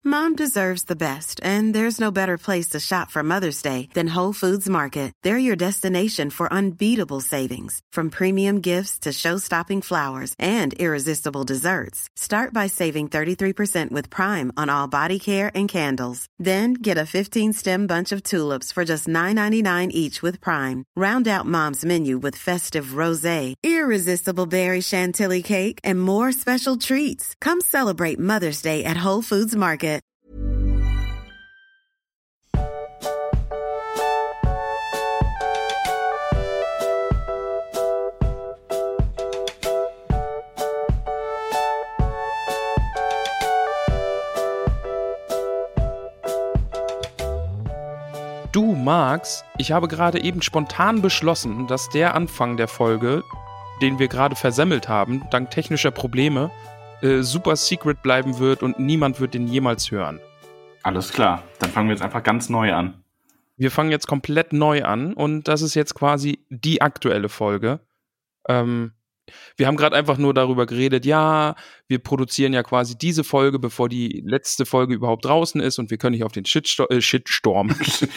Mom deserves the best, and there's no better place to shop for Mother's Day than Whole Foods Market. They're your destination for unbeatable savings, from premium gifts to show-stopping flowers and irresistible desserts. Start by saving 33% with Prime on all body care and candles. Then get a 15-stem bunch of tulips for just $9.99 each with Prime. Round out Mom's menu with festive rosé, irresistible berry chantilly cake, and more special treats. Come celebrate Mother's Day at Whole Foods Market. Du, Max, ich habe gerade eben spontan beschlossen, dass der Anfang der Folge, den wir gerade versemmelt haben, dank technischer Probleme, super secret bleiben wird und niemand wird den jemals hören. Alles klar, dann fangen wir jetzt einfach ganz neu an. Wir fangen jetzt komplett neu an und das ist jetzt quasi die aktuelle Folge. Wir haben gerade einfach nur darüber geredet, ja, wir produzieren ja quasi diese Folge, bevor die letzte Folge überhaupt draußen ist und wir können nicht auf den Shitstorm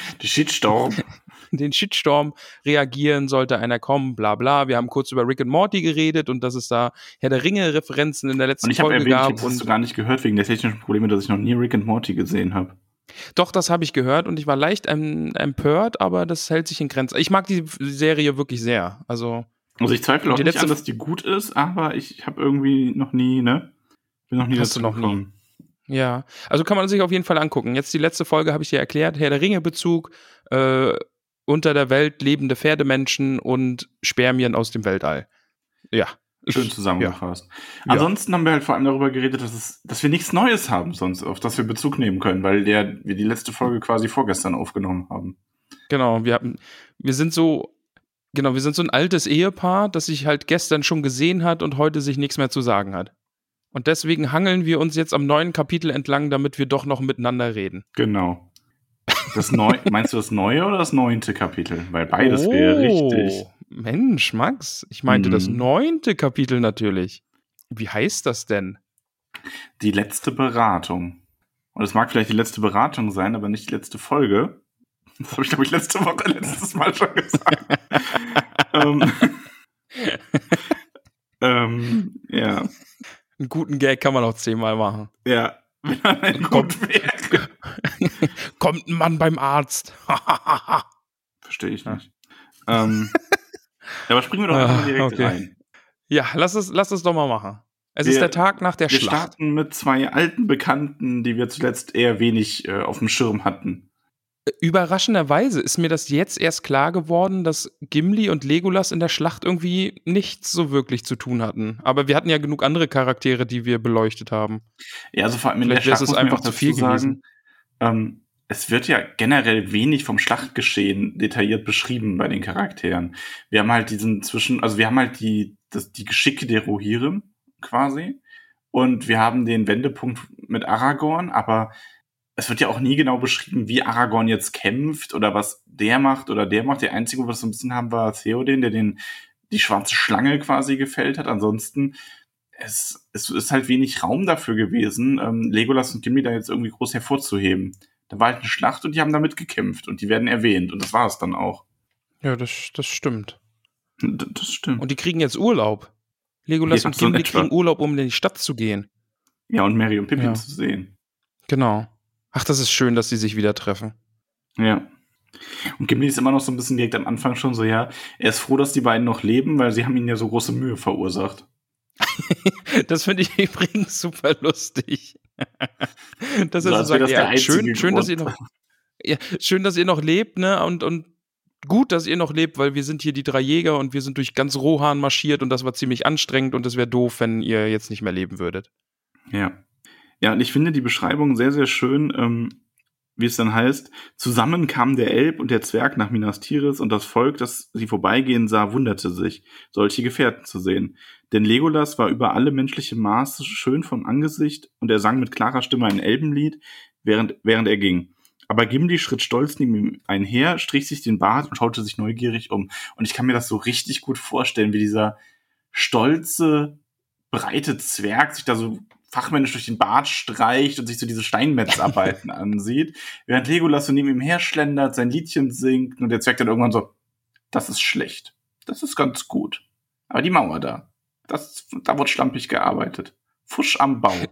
den Shitstorm reagieren, sollte einer kommen, bla bla. Wir haben kurz über Rick and Morty geredet und dass es da Herr der Ringe-Referenzen in der letzten Folge gab. Und ich habe erwähnt, hast du gar nicht gehört, wegen der technischen Probleme, dass ich noch nie Rick and Morty gesehen habe. Doch, das habe ich gehört und ich war leicht empört, aber das hält sich in Grenzen. Ich mag die Serie wirklich sehr, Also ich zweifle auch nicht an, dass die gut ist, aber ich habe irgendwie noch nie, bin noch nie dazu gekommen. Ja, also kann man sich auf jeden Fall angucken. Jetzt die letzte Folge habe ich dir erklärt, Herr der Ringe-Bezug, unter der Welt lebende Pferdemenschen und Spermien aus dem Weltall. Ja. Schön zusammengefasst. Ja. Ansonsten haben wir halt vor allem darüber geredet, dass wir nichts Neues haben sonst, auf das wir Bezug nehmen können, weil wir die letzte Folge quasi vorgestern aufgenommen haben. Genau, wir sind so ein altes Ehepaar, das sich halt gestern schon gesehen hat und heute sich nichts mehr zu sagen hat. Und deswegen hangeln wir uns jetzt am neuen Kapitel entlang, damit wir doch noch miteinander reden. Genau. Meinst du das neue oder das 9. Kapitel? Weil beides wäre richtig. Mensch, Max, ich meinte das 9. Kapitel natürlich. Wie heißt das denn? Die letzte Beratung. Und es mag vielleicht die letzte Beratung sein, aber nicht die letzte Folge. Das habe ich, glaube ich, letztes Mal schon gesagt. Ja. Einen guten Gag kann man auch 10-mal machen. Ja. Kommt ein Mann beim Arzt. Verstehe ich nicht. Aber springen wir doch einfach mal direkt rein. Ja, lass es doch mal machen. Es ist der Tag nach der Schlacht. Wir starten mit 2 alten Bekannten, die wir zuletzt eher wenig auf dem Schirm hatten. Überraschenderweise ist mir das jetzt erst klar geworden, dass Gimli und Legolas in der Schlacht irgendwie nichts so wirklich zu tun hatten. Aber wir hatten ja genug andere Charaktere, die wir beleuchtet haben. Ja, also vor allem in der Schlacht ist es einfach zu viel gewesen. Es wird ja generell wenig vom Schlachtgeschehen detailliert beschrieben bei den Charakteren. Wir haben halt wir haben halt die Geschicke der Rohirrim quasi und wir haben den Wendepunkt mit Aragorn, aber es wird ja auch nie genau beschrieben, wie Aragorn jetzt kämpft oder was der macht oder der macht. Der einzige, was wir so ein bisschen haben, war Theoden, der die schwarze Schlange quasi gefällt hat. Ansonsten, es ist halt wenig Raum dafür gewesen, Legolas und Gimli da jetzt irgendwie groß hervorzuheben. Da war halt eine Schlacht und die haben damit gekämpft und die werden erwähnt und das war es dann auch. Ja, das stimmt. Das stimmt. Und die kriegen jetzt Urlaub. Legolas und Gimli kriegen Urlaub, um in die Stadt zu gehen. Ja, und Merry und Pippin zu sehen. Genau. Ach, das ist schön, dass sie sich wieder treffen. Ja. Und Gimli ist immer noch so ein bisschen direkt am Anfang schon so, ja, er ist froh, dass die beiden noch leben, weil sie haben ihnen ja so große Mühe verursacht. Das finde ich übrigens super lustig. Das ist so, schön, dass ihr noch lebt, ne? Und gut, dass ihr noch lebt, weil wir sind hier die 3 Jäger und wir sind durch ganz Rohan marschiert und das war ziemlich anstrengend und es wäre doof, wenn ihr jetzt nicht mehr leben würdet. Ja. Ja, und ich finde die Beschreibung sehr, sehr schön, wie es dann heißt, zusammen kamen der Elb und der Zwerg nach Minas Tirith und das Volk, das sie vorbeigehen sah, wunderte sich, solche Gefährten zu sehen. Denn Legolas war über alle menschliche Maße schön vom Angesicht und er sang mit klarer Stimme ein Elbenlied, während er ging. Aber Gimli schritt stolz neben ihm einher, strich sich den Bart und schaute sich neugierig um. Und ich kann mir das so richtig gut vorstellen, wie dieser stolze, breite Zwerg sich da so fachmännisch durch den Bart streicht und sich so diese Steinmetzarbeiten ansieht, während Legolas so neben ihm herschlendert, sein Liedchen singt und der Zwerg dann irgendwann so, das ist schlecht. Das ist ganz gut. Aber die Mauer da wird schlampig gearbeitet. Fusch am Bau.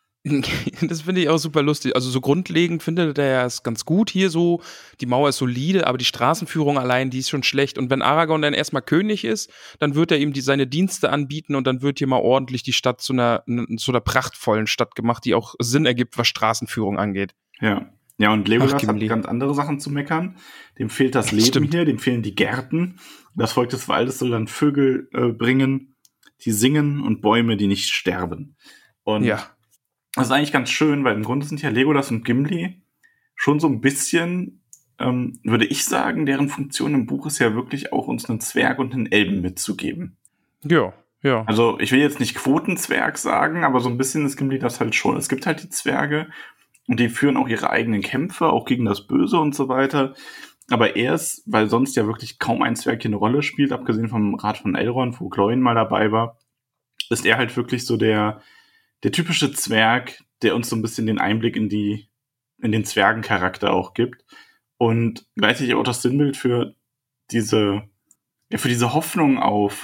Das finde ich auch super lustig. Also so grundlegend findet er es ganz gut hier so. Die Mauer ist solide, aber die Straßenführung allein, die ist schon schlecht. Und wenn Aragorn dann erstmal König ist, dann wird er ihm seine Dienste anbieten und dann wird hier mal ordentlich die Stadt zu einer prachtvollen Stadt gemacht, die auch Sinn ergibt, was Straßenführung angeht. Ja. Ja, und Legolas hat ganz andere Sachen zu meckern. Dem fehlt das Leben hier, dem fehlen die Gärten. Das Volk des Waldes soll dann Vögel bringen, die singen und Bäume, die nicht sterben. Und das ist eigentlich ganz schön, weil im Grunde sind ja Legolas und Gimli schon so ein bisschen, würde ich sagen, deren Funktion im Buch ist ja wirklich auch uns einen Zwerg und einen Elben mitzugeben. Ja. Also ich will jetzt nicht Quotenzwerg sagen, aber so ein bisschen ist Gimli das halt schon. Es gibt halt die Zwerge und die führen auch ihre eigenen Kämpfe, auch gegen das Böse und so weiter. Aber erst, weil sonst ja wirklich kaum ein Zwerg hier eine Rolle spielt, abgesehen vom Rat von Elrond, wo Glóin mal dabei war, ist er halt wirklich so der typische Zwerg, der uns so ein bisschen den Einblick in den Zwergencharakter auch gibt und gleichzeitig auch das Sinnbild für diese Hoffnung auf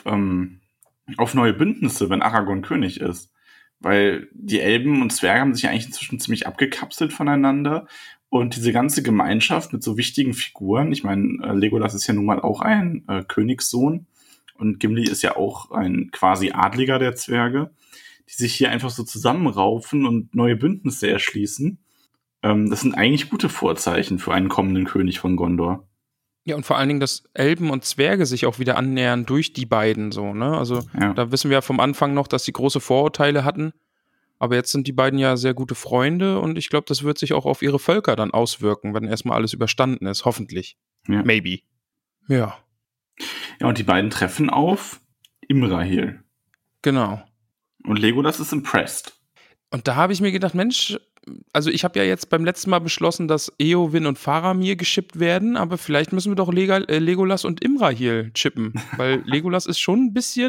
neue Bündnisse, wenn Aragorn König ist. Weil die Elben und Zwerge haben sich ja eigentlich inzwischen ziemlich abgekapselt voneinander und diese ganze Gemeinschaft mit so wichtigen Figuren, ich meine, Legolas ist ja nun mal auch ein Königssohn und Gimli ist ja auch ein quasi Adliger der Zwerge, die sich hier einfach so zusammenraufen und neue Bündnisse erschließen. Das sind eigentlich gute Vorzeichen für einen kommenden König von Gondor. Ja, und vor allen Dingen, dass Elben und Zwerge sich auch wieder annähern durch die beiden so, ne? Also da wissen wir ja vom Anfang noch, dass sie große Vorurteile hatten. Aber jetzt sind die beiden ja sehr gute Freunde und ich glaube, das wird sich auch auf ihre Völker dann auswirken, wenn erstmal alles überstanden ist, hoffentlich. Ja. Maybe. Ja. Ja, und die beiden treffen auf Imrahil. Genau. Und Legolas ist impressed. Und da habe ich mir gedacht, Mensch, also ich habe ja jetzt beim letzten Mal beschlossen, dass Éowyn und Faramir geschippt werden, aber vielleicht müssen wir doch Legolas und Imrahil chippen, weil Legolas ist schon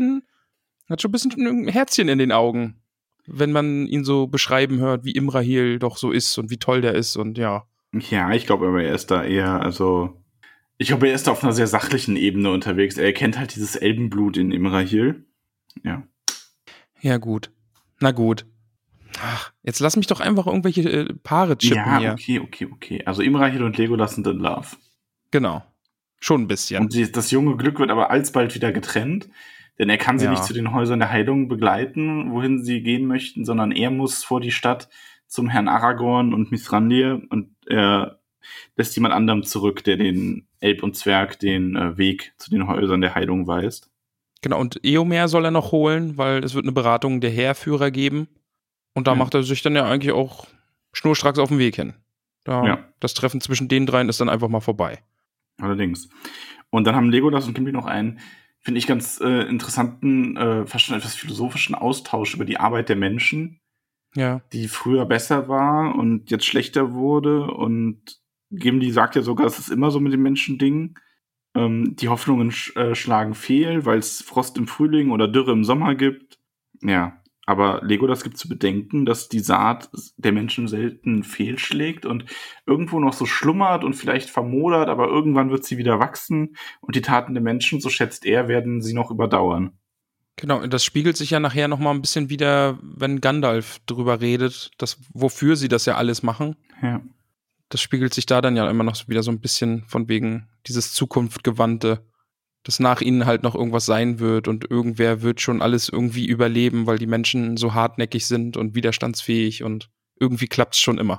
hat schon ein bisschen ein Herzchen in den Augen, wenn man ihn so beschreiben hört, wie Imrahil doch so ist und wie toll der ist und ja. Ja, ich glaube aber, er ist da eher, ich glaube, er ist da auf einer sehr sachlichen Ebene unterwegs. Er kennt halt dieses Elbenblut in Imrahil. Ja. Ja, gut. Na gut. Ach, jetzt lass mich doch einfach irgendwelche Paare chippen hier. Ja, okay. Also Imrahil und Legolas sind in love. Genau. Schon ein bisschen. Und das junge Glück wird aber alsbald wieder getrennt, denn er kann sie nicht zu den Häusern der Heilung begleiten, wohin sie gehen möchten, sondern er muss vor die Stadt zum Herrn Aragorn und Mithrandir und er lässt jemand anderem zurück, der den Elb und Zwerg den Weg zu den Häusern der Heilung weist. Genau, und Éomer soll er noch holen, weil es wird eine Beratung der Heerführer geben. Und da macht er sich dann ja eigentlich auch schnurstracks auf den Weg hin. Das Treffen zwischen den dreien ist dann einfach mal vorbei. Allerdings. Und dann haben Legolas und Gimli noch einen, finde ich, ganz interessanten, fast schon etwas philosophischen Austausch über die Arbeit der Menschen, die früher besser war und jetzt schlechter wurde. Und Gimli sagt ja sogar, es ist immer so mit den Menschen-Dingen. Die Hoffnungen schlagen fehl, weil es Frost im Frühling oder Dürre im Sommer gibt. Ja, aber Legolas gibt zu bedenken, dass die Saat der Menschen selten fehlschlägt und irgendwo noch so schlummert und vielleicht vermodert, aber irgendwann wird sie wieder wachsen und die Taten der Menschen, so schätzt er, werden sie noch überdauern. Genau, und das spiegelt sich ja nachher noch mal ein bisschen wieder, wenn Gandalf drüber redet, wofür sie das ja alles machen. Ja. Das spiegelt sich da dann ja immer noch wieder so ein bisschen von wegen dieses Zukunftgewandte, dass nach ihnen halt noch irgendwas sein wird und irgendwer wird schon alles irgendwie überleben, weil die Menschen so hartnäckig sind und widerstandsfähig und irgendwie klappt's schon immer.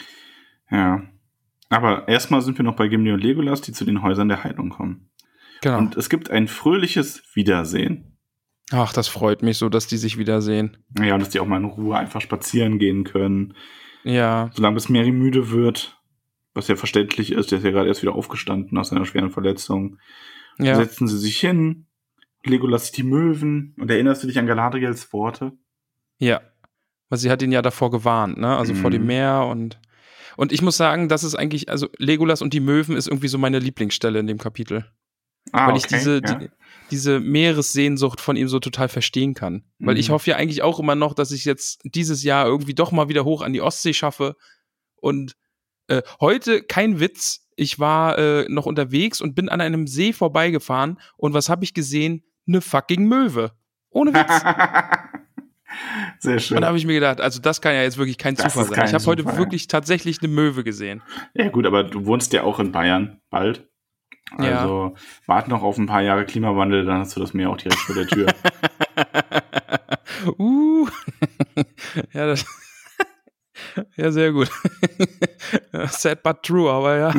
Ja, aber erstmal sind wir noch bei Gimli und Legolas, die zu den Häusern der Heilung kommen. Genau. Und es gibt ein fröhliches Wiedersehen. Ach, das freut mich so, dass die sich wiedersehen. Ja, und dass die auch mal in Ruhe einfach spazieren gehen können. Ja. Solange bis Merry müde wird, was ja verständlich ist, der ist ja gerade erst wieder aufgestanden nach seiner schweren Verletzung. Ja. Setzen sie sich hin, Legolas sieht die Möwen und erinnerst du dich an Galadriels Worte? Ja, weil sie hat ihn ja davor gewarnt, ne? Also vor dem Meer und ich muss sagen, das ist eigentlich, also Legolas und die Möwen ist irgendwie so meine Lieblingsstelle in dem Kapitel. Weil ich diese Meeressehnsucht von ihm so total verstehen kann. Weil ich hoffe ja eigentlich auch immer noch, dass ich jetzt dieses Jahr irgendwie doch mal wieder hoch an die Ostsee schaffe. Und heute, kein Witz, ich war noch unterwegs und bin an einem See vorbeigefahren und was habe ich gesehen? Eine fucking Möwe. Ohne Witz. Sehr schön. Und da habe ich mir gedacht, also das kann ja jetzt wirklich kein Zufall sein. Ich habe heute wirklich tatsächlich eine Möwe gesehen. Ja gut, aber du wohnst ja auch in Bayern bald. Also wart noch auf ein paar Jahre Klimawandel, dann hast du das Meer auch direkt vor der Tür. Ja, ja, sehr gut. Sad but true, aber ja.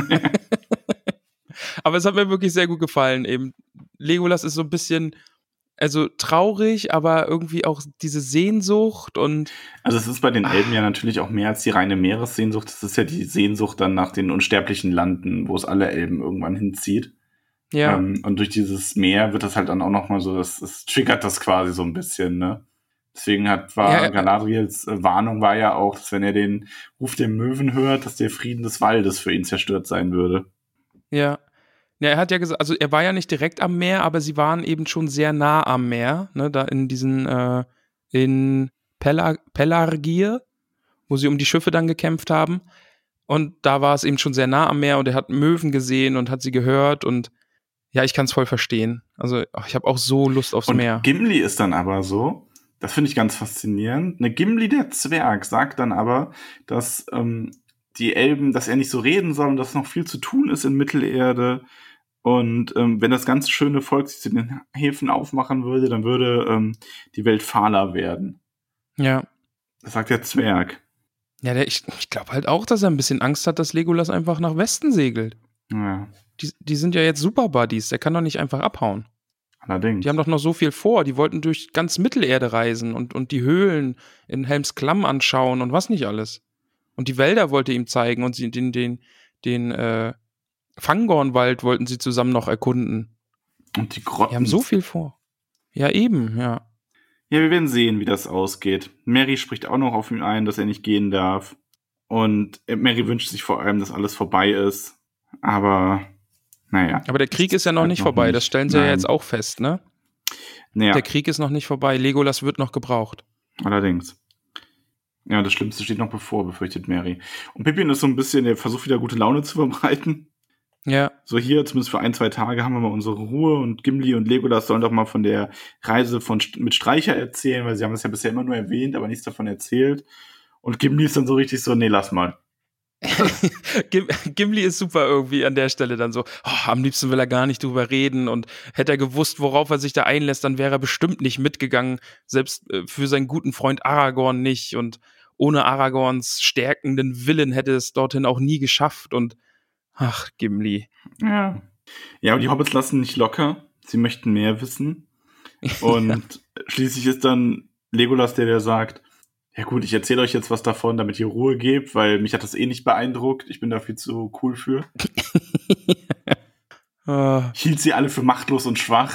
Aber es hat mir wirklich sehr gut gefallen eben. Legolas ist so ein bisschen, also traurig, aber irgendwie auch diese Sehnsucht und... Also es ist bei den Elben ja natürlich auch mehr als die reine Meeressehnsucht. Das ist ja die Sehnsucht dann nach den unsterblichen Landen, wo es alle Elben irgendwann hinzieht. Ja. Und durch dieses Meer wird das halt dann auch nochmal so, das triggert das quasi so ein bisschen, ne? Deswegen Galadriels Warnung war ja auch, dass wenn er den Ruf der Möwen hört, dass der Frieden des Waldes für ihn zerstört sein würde. Ja. Ja, er hat ja gesagt, also er war ja nicht direkt am Meer, aber sie waren eben schon sehr nah am Meer, ne, da in diesen, in Pelargir, wo sie um die Schiffe dann gekämpft haben. Und da war es eben schon sehr nah am Meer und er hat Möwen gesehen und hat sie gehört und ja, ich kann es voll verstehen. Also ich habe auch so Lust aufs Meer. Und Gimli ist dann aber so, das finde ich ganz faszinierend, ne, Gimli der Zwerg sagt dann aber, dass die Elben, dass er nicht so reden soll und dass noch viel zu tun ist in Mittelerde. Und wenn das ganze schöne Volk sich zu den Häfen aufmachen würde, dann würde die Welt fahler werden. Ja. Das sagt der Zwerg. Ja, ich glaube halt auch, dass er ein bisschen Angst hat, dass Legolas einfach nach Westen segelt. Ja. Die sind ja jetzt Super Buddies, der kann doch nicht einfach abhauen. Allerdings. Die haben doch noch so viel vor, die wollten durch ganz Mittelerde reisen und die Höhlen in Helms Klamm anschauen und was nicht alles. Und die Wälder wollte ihm zeigen und sie den Fangornwald wollten sie zusammen noch erkunden. Und die Grotten. Die haben so viel vor. Ja, eben, ja. Ja, wir werden sehen, wie das ausgeht. Merry spricht auch noch auf ihn ein, dass er nicht gehen darf. Und Merry wünscht sich vor allem, dass alles vorbei ist. Aber, naja. Aber der Krieg ist ja noch nicht vorbei, nicht. Das stellen sie ja jetzt auch fest, ne? Naja. Der Krieg ist noch nicht vorbei, Legolas wird noch gebraucht. Allerdings. Ja, das Schlimmste steht noch bevor, befürchtet Merry. Und Pippin ist so ein bisschen, der versucht wieder gute Laune zu verbreiten. Ja. So hier, zumindest für 1-2 Tage haben wir mal unsere Ruhe und Gimli und Legolas sollen doch mal von der Reise mit Streicher erzählen, weil sie haben das ja bisher immer nur erwähnt, aber nichts davon erzählt. Und Gimli ist dann so richtig so, nee, lass mal. Gimli ist super irgendwie an der Stelle dann so, am liebsten will er gar nicht drüber reden und hätte er gewusst, worauf er sich da einlässt, dann wäre er bestimmt nicht mitgegangen, selbst für seinen guten Freund Aragorn nicht und ohne Aragorns stärkenden Willen hätte es dorthin auch nie geschafft und ach, Gimli. Ja, aber die Hobbits lassen nicht locker, sie möchten mehr wissen und schließlich ist dann Legolas der sagt, ja gut, ich erzähle euch jetzt was davon, damit ihr Ruhe gebt, weil mich hat das eh nicht beeindruckt. Ich bin da viel zu cool für. Ich hielt sie alle für machtlos und schwach.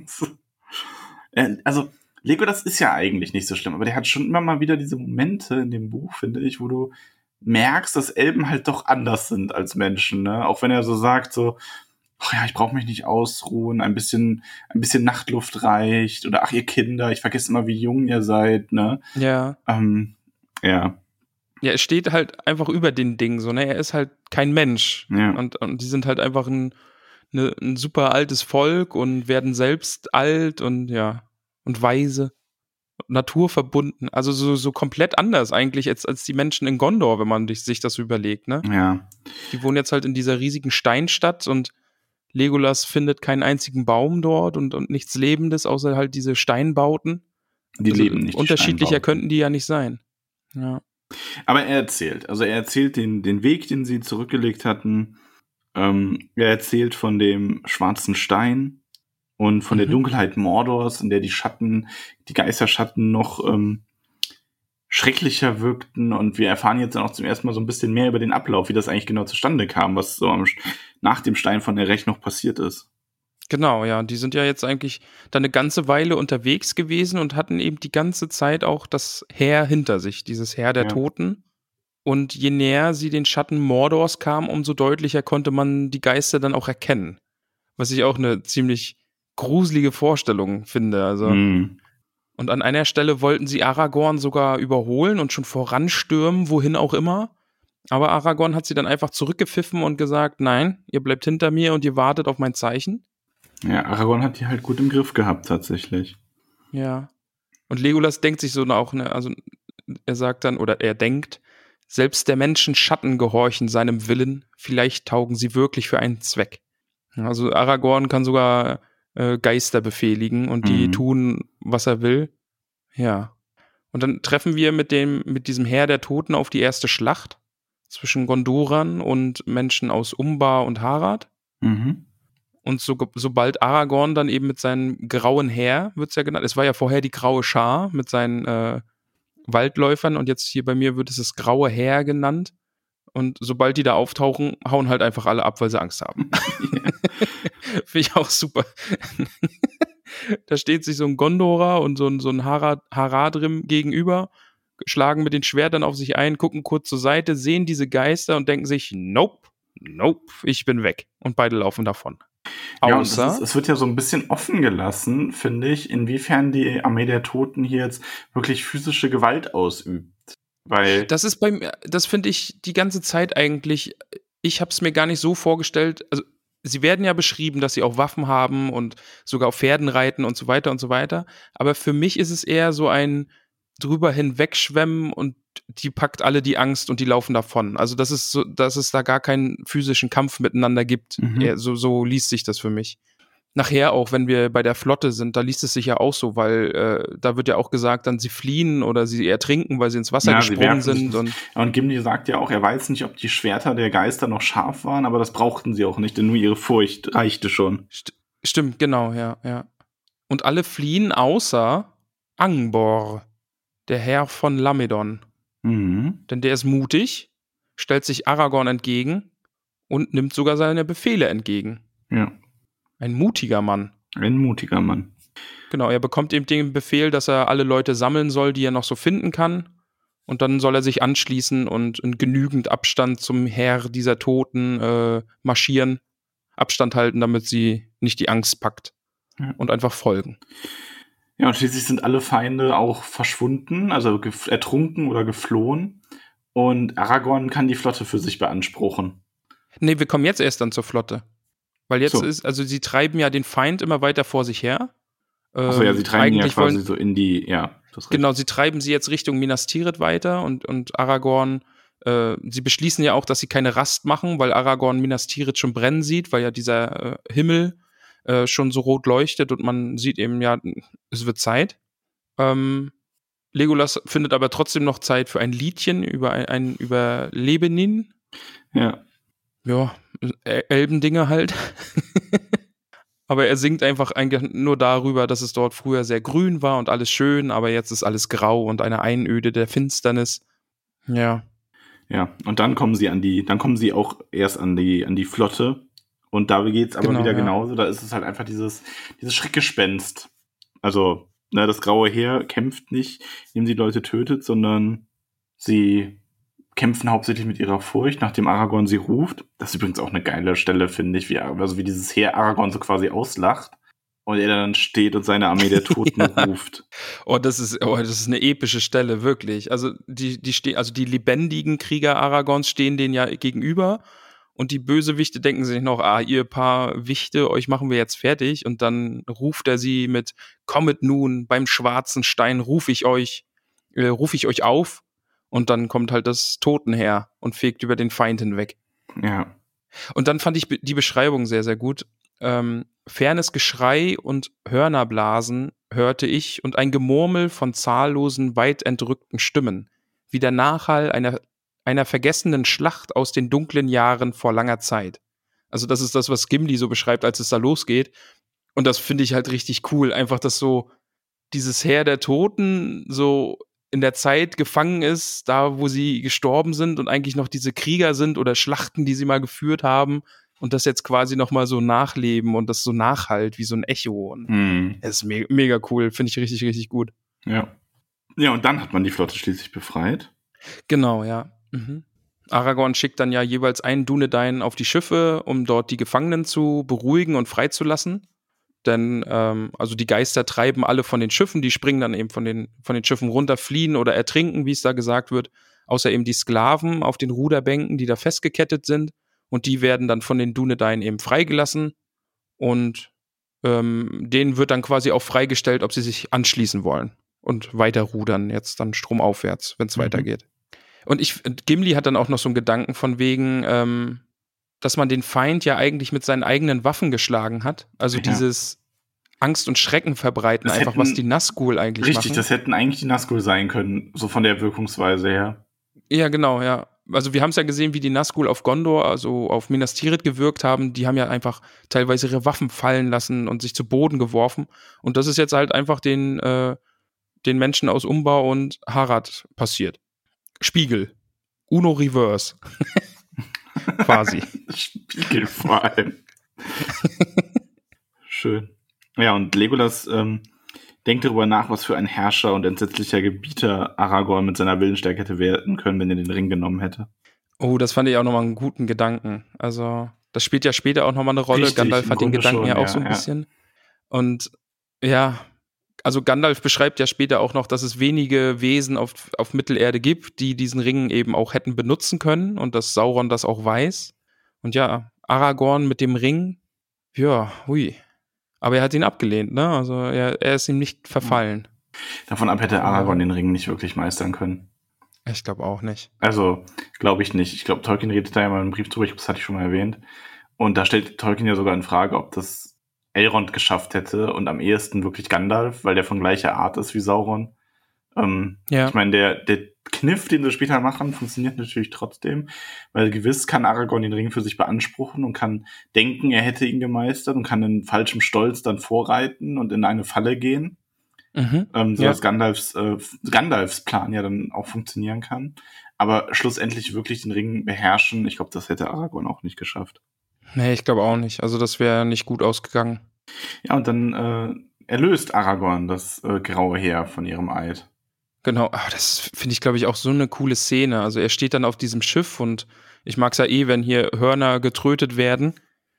Also, Legolas ist ja eigentlich nicht so schlimm, aber der hat schon immer mal wieder diese Momente in dem Buch, finde ich, wo du merkst, dass Elben halt doch anders sind als Menschen, ne? Auch wenn er so sagt, so, ach ja, ich brauche mich nicht ausruhen, ein bisschen Nachtluft reicht oder ach ihr Kinder, ich vergesse immer, wie jung ihr seid, ne? Ja. Ja. Ja, es steht halt einfach über den Dingen, so, ne? Er ist halt kein Mensch. Ja. Und die sind halt einfach ein super altes Volk und werden selbst alt und ja, und weise, naturverbunden. Also so komplett anders eigentlich als die Menschen in Gondor, wenn man sich das so überlegt, ne? Ja. Die wohnen jetzt halt in dieser riesigen Steinstadt und Legolas findet keinen einzigen Baum dort und nichts Lebendes, außer halt diese Steinbauten. Die leben nicht. Unterschiedlicher könnten die ja nicht sein. Ja. Aber er erzählt den Weg, den sie zurückgelegt hatten. Er erzählt von dem schwarzen Stein und von der Dunkelheit Mordors, in der die Geisterschatten noch schrecklicher wirkten und wir erfahren jetzt dann auch zum ersten Mal so ein bisschen mehr über den Ablauf, wie das eigentlich genau zustande kam, was so nach dem Stein von Erech noch passiert ist. Genau, ja, die sind ja jetzt eigentlich da eine ganze Weile unterwegs gewesen und hatten eben die ganze Zeit auch das Heer hinter sich, dieses Heer der Toten. Und je näher sie den Schatten Mordors kamen, umso deutlicher konnte man die Geister dann auch erkennen. was ich auch eine ziemlich gruselige Vorstellung finde. Also Und an einer Stelle wollten sie Aragorn sogar überholen und schon voranstürmen, wohin auch immer. Aber Aragorn hat sie dann einfach zurückgepfiffen und gesagt, nein, ihr bleibt hinter mir und ihr wartet auf mein Zeichen. Ja, Aragorn hat die halt gut im Griff gehabt, tatsächlich. Ja. Und Legolas denkt sich so auch, ne, also er sagt dann, oder er denkt, selbst der Menschen Schatten gehorchen seinem Willen, vielleicht taugen sie wirklich für einen Zweck. Also Aragorn kann sogar Geister befehligen und die tun, was er will. Ja. Und dann treffen wir mit diesem Heer der Toten auf die erste Schlacht zwischen Gondorern und Menschen aus Umbar und Harad. Und sobald Aragorn dann eben mit seinem grauen Heer, wird es ja genannt, es war ja vorher die graue Schar mit seinen Waldläufern und jetzt hier bei mir wird es das graue Heer genannt. Und sobald die da auftauchen, hauen halt einfach alle ab, weil sie Angst haben. Finde ich auch super. Da steht sich so ein Gondorer und so ein Haradrim gegenüber, schlagen mit den Schwertern auf sich ein, gucken kurz zur Seite, sehen diese Geister und denken sich, nope, ich bin weg. Und beide laufen davon. Außer es wird ja so ein bisschen offen gelassen, finde ich, inwiefern die Armee der Toten hier jetzt wirklich physische Gewalt ausübt. Weil das finde ich die ganze Zeit eigentlich, ich habe es mir gar nicht so vorgestellt, also sie werden ja beschrieben, dass sie auch Waffen haben und sogar auf Pferden reiten und so weiter und so weiter, aber für mich ist es eher so ein drüber hinwegschwemmen und die packt alle die Angst und die laufen davon. Also dass es da gar keinen physischen Kampf miteinander gibt. So liest sich das für mich. Nachher auch, wenn wir bei der Flotte sind, da liest es sich ja auch so, weil da wird ja auch gesagt, dann sie fliehen oder sie ertrinken, weil sie ins Wasser gesprungen sind. Und Gimli sagt ja auch, er weiß nicht, ob die Schwerter der Geister noch scharf waren, aber das brauchten sie auch nicht, denn nur ihre Furcht reichte schon. Stimmt, genau, ja. Und alle fliehen außer Angbor, der Herr von Lamedon. Denn der ist mutig, stellt sich Aragorn entgegen und nimmt sogar seine Befehle entgegen. Ja. Ein mutiger Mann. Genau, er bekommt eben den Befehl, dass er alle Leute sammeln soll, die er noch so finden kann. Und dann soll er sich anschließen und in genügend Abstand zum Heer dieser Toten marschieren, Abstand halten, damit sie nicht die Angst packt. Und einfach folgen. Ja, und schließlich sind alle Feinde auch verschwunden, also ertrunken oder geflohen. Und Aragorn kann die Flotte für sich beanspruchen. Nee, wir kommen jetzt erst dann zur Flotte. Weil jetzt also sie treiben ja den Feind immer weiter vor sich her. Achso, ja, sie treiben ja quasi so in die, Genau, sie treiben sie jetzt Richtung Minas Tirith weiter und Aragorn, sie beschließen ja auch, dass sie keine Rast machen, weil Aragorn Minas Tirith schon brennen sieht, weil ja dieser Himmel schon so rot leuchtet und man sieht eben, ja, es wird Zeit. Legolas findet aber trotzdem noch Zeit für ein Liedchen über Lebenin. Ja. Ja, Elbendinge halt. Aber er singt einfach nur darüber, dass es dort früher sehr grün war und alles schön, aber jetzt ist alles grau und eine Einöde der Finsternis. Ja. Ja, und dann kommen sie auch erst an die Flotte. Und da geht's aber wieder genauso. Da ist es halt einfach dieses Schreckgespenst. Also, das graue Heer kämpft nicht, indem sie Leute tötet, sondern sie kämpfen hauptsächlich mit ihrer Furcht, nachdem Aragorn sie ruft. Das ist übrigens auch eine geile Stelle, finde ich, wie dieses Heer Aragorn so quasi auslacht und er dann steht und seine Armee der Toten ruft. Das ist eine epische Stelle, wirklich. Also die lebendigen Krieger Aragorns stehen denen ja gegenüber und die Bösewichte denken sich noch, ihr paar Wichte, euch machen wir jetzt fertig und dann ruft er sie mit, kommet nun, beim schwarzen Stein ruf ich euch auf. Und dann kommt halt das Totenheer und fegt über den Feind hinweg. Ja. Und dann fand ich die Beschreibung sehr, sehr gut. Fernes Geschrei und Hörnerblasen hörte ich und ein Gemurmel von zahllosen, weit entrückten Stimmen, wie der Nachhall einer vergessenen Schlacht aus den dunklen Jahren vor langer Zeit. Also das ist das, was Gimli so beschreibt, als es da losgeht. Und das finde ich halt richtig cool. Einfach, dass so dieses Heer der Toten so in der Zeit gefangen ist, da wo sie gestorben sind und eigentlich noch diese Krieger sind oder Schlachten, die sie mal geführt haben und das jetzt quasi nochmal so nachleben und das so nachhallt wie so ein Echo. Und es ist mega cool, finde ich richtig, richtig gut. Ja. Ja, und dann hat man die Flotte schließlich befreit. Genau, ja. Aragorn schickt dann ja jeweils einen Dúnedain auf die Schiffe, um dort die Gefangenen zu beruhigen und freizulassen. Denn also die Geister treiben alle von den Schiffen, die springen dann eben von den Schiffen runter, fliehen oder ertrinken, wie es da gesagt wird. Außer eben die Sklaven auf den Ruderbänken, die da festgekettet sind. Und die werden dann von den Dúnedain eben freigelassen. Und denen wird dann quasi auch freigestellt, ob sie sich anschließen wollen. Und weiter rudern, jetzt dann stromaufwärts, wenn es weitergeht. Und Gimli hat dann auch noch so einen Gedanken von wegen, dass man den Feind ja eigentlich mit seinen eigenen Waffen geschlagen hat. Also dieses Angst und Schrecken verbreiten, das einfach, was die Nazgul eigentlich machen. Richtig, das hätten eigentlich die Nazgul sein können, so von der Wirkungsweise her. Ja, genau, ja. Also wir haben es ja gesehen, wie die Nazgul auf Gondor, also auf Minas Tirith gewirkt haben. Die haben ja einfach teilweise ihre Waffen fallen lassen und sich zu Boden geworfen. Und das ist jetzt halt einfach den Menschen aus Umbau und Harad passiert. Spiegel. Uno Reverse. Quasi. Spiegel vor allem. Schön. Ja, und Legolas denkt darüber nach, was für ein Herrscher und entsetzlicher Gebieter Aragorn mit seiner Willensstärke hätte werden können, wenn er den Ring genommen hätte. Oh, das fand ich auch nochmal einen guten Gedanken. Also, das spielt ja später auch nochmal eine Rolle. Richtig, Gandalf hat den Gedanken schon, ja auch so ein bisschen. Und ja, also Gandalf beschreibt ja später auch noch, dass es wenige Wesen auf Mittelerde gibt, die diesen Ring eben auch hätten benutzen können und dass Sauron das auch weiß. Und ja, Aragorn mit dem Ring, ja, hui. Aber er hat ihn abgelehnt, ne? Also er ist ihm nicht verfallen. Davon ab hätte Aragorn den Ring nicht wirklich meistern können. Ich glaube auch nicht. Also, glaube ich nicht. Ich glaube, Tolkien redet da ja mal einen Brief drüber, das hatte ich schon mal erwähnt. Und da stellt Tolkien ja sogar in Frage, ob das Elrond geschafft hätte und am ehesten wirklich Gandalf, weil der von gleicher Art ist wie Sauron. Ich meine, der Kniff, den sie später machen, funktioniert natürlich trotzdem, weil gewiss kann Aragorn den Ring für sich beanspruchen und kann denken, er hätte ihn gemeistert und kann in falschem Stolz dann vorreiten und in eine Falle gehen, sodass Gandalfs Plan ja dann auch funktionieren kann. Aber schlussendlich wirklich den Ring beherrschen, ich glaube, das hätte Aragorn auch nicht geschafft. Nee, ich glaube auch nicht. Also das wäre nicht gut ausgegangen. Ja, und dann erlöst Aragorn das graue Heer von ihrem Eid. Genau, das finde ich, glaube ich, auch so eine coole Szene. Also er steht dann auf diesem Schiff und ich mag es ja wenn hier Hörner getrötet werden.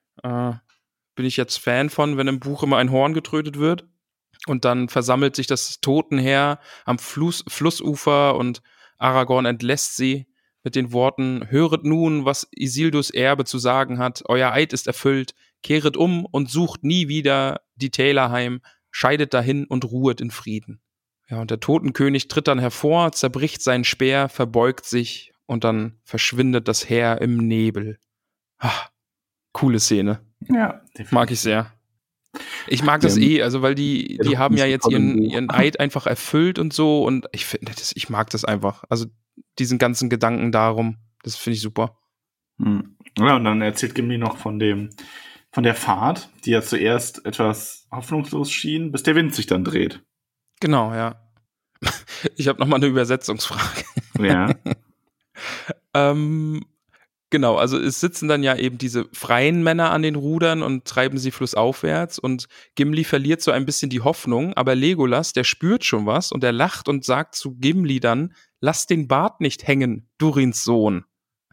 Bin ich jetzt Fan von, wenn im Buch immer ein Horn getrötet wird. Und dann versammelt sich das Totenheer am Flussufer und Aragorn entlässt sie mit den Worten: Höret nun, was Isildurs Erbe zu sagen hat. Euer Eid ist erfüllt. Kehret um und sucht nie wieder die Täler heim. Scheidet dahin und ruhet in Frieden. Ja, und der Totenkönig tritt dann hervor, zerbricht seinen Speer, verbeugt sich und dann verschwindet das Heer im Nebel. Coole Szene. Ja, definitiv. Mag ich sehr. Ich mag das also weil die haben ja jetzt ihren Eid einfach erfüllt und so und ich mag das einfach. Also diesen ganzen Gedanken darum, das finde ich super. Ja, und dann erzählt Gimli noch von der Fahrt, die ja zuerst etwas hoffnungslos schien, bis der Wind sich dann dreht. Genau, ja. Ich habe nochmal eine Übersetzungsfrage. Ja. Genau, also es sitzen dann ja eben diese freien Männer an den Rudern und treiben sie flussaufwärts und Gimli verliert so ein bisschen die Hoffnung, aber Legolas, der spürt schon was und er lacht und sagt zu Gimli dann: Lass den Bart nicht hängen, Durins Sohn.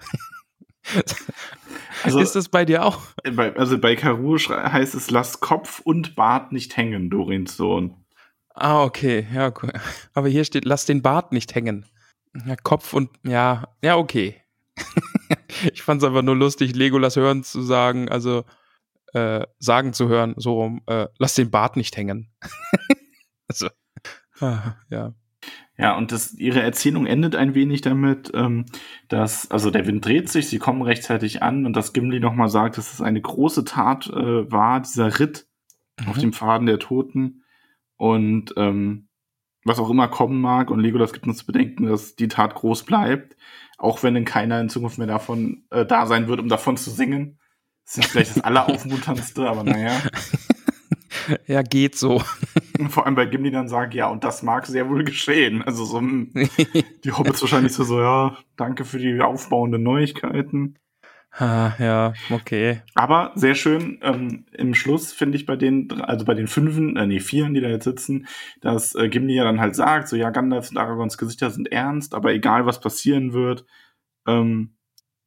Also, ist das bei dir auch? Also bei Karur heißt es: Lass Kopf und Bart nicht hängen, Durins Sohn. Ah, okay, ja, cool. Aber hier steht: Lass den Bart nicht hängen. Ja, Kopf und, ja, okay. Ich fand es einfach nur lustig, Legolas hören zu sagen, also sagen zu hören, so rum, lass den Bart nicht hängen. Also, ja. Ja, und ihre Erzählung endet ein wenig damit, dass, also der Wind dreht sich, sie kommen rechtzeitig an und dass Gimli nochmal sagt, dass es eine große Tat war, dieser Ritt auf dem Pfaden der Toten und was auch immer kommen mag, und Legolas gibt uns zu bedenken, dass die Tat groß bleibt, auch wenn dann keiner in Zukunft mehr davon da sein wird, um davon zu singen. Das ist nicht vielleicht das Alleraufmunterndste, aber naja. Ja, geht so. Vor allem bei Gimli dann sagt, ja, und das mag sehr wohl geschehen. Also so die Hobbits wahrscheinlich so, ja, danke für die aufbauenden Neuigkeiten. Ja, okay. Aber sehr schön, im Schluss finde ich bei den Vieren, die da jetzt sitzen, dass Gimli ja dann halt sagt, so ja, Gandalf und Aragorns Gesichter sind ernst, aber egal was passieren wird,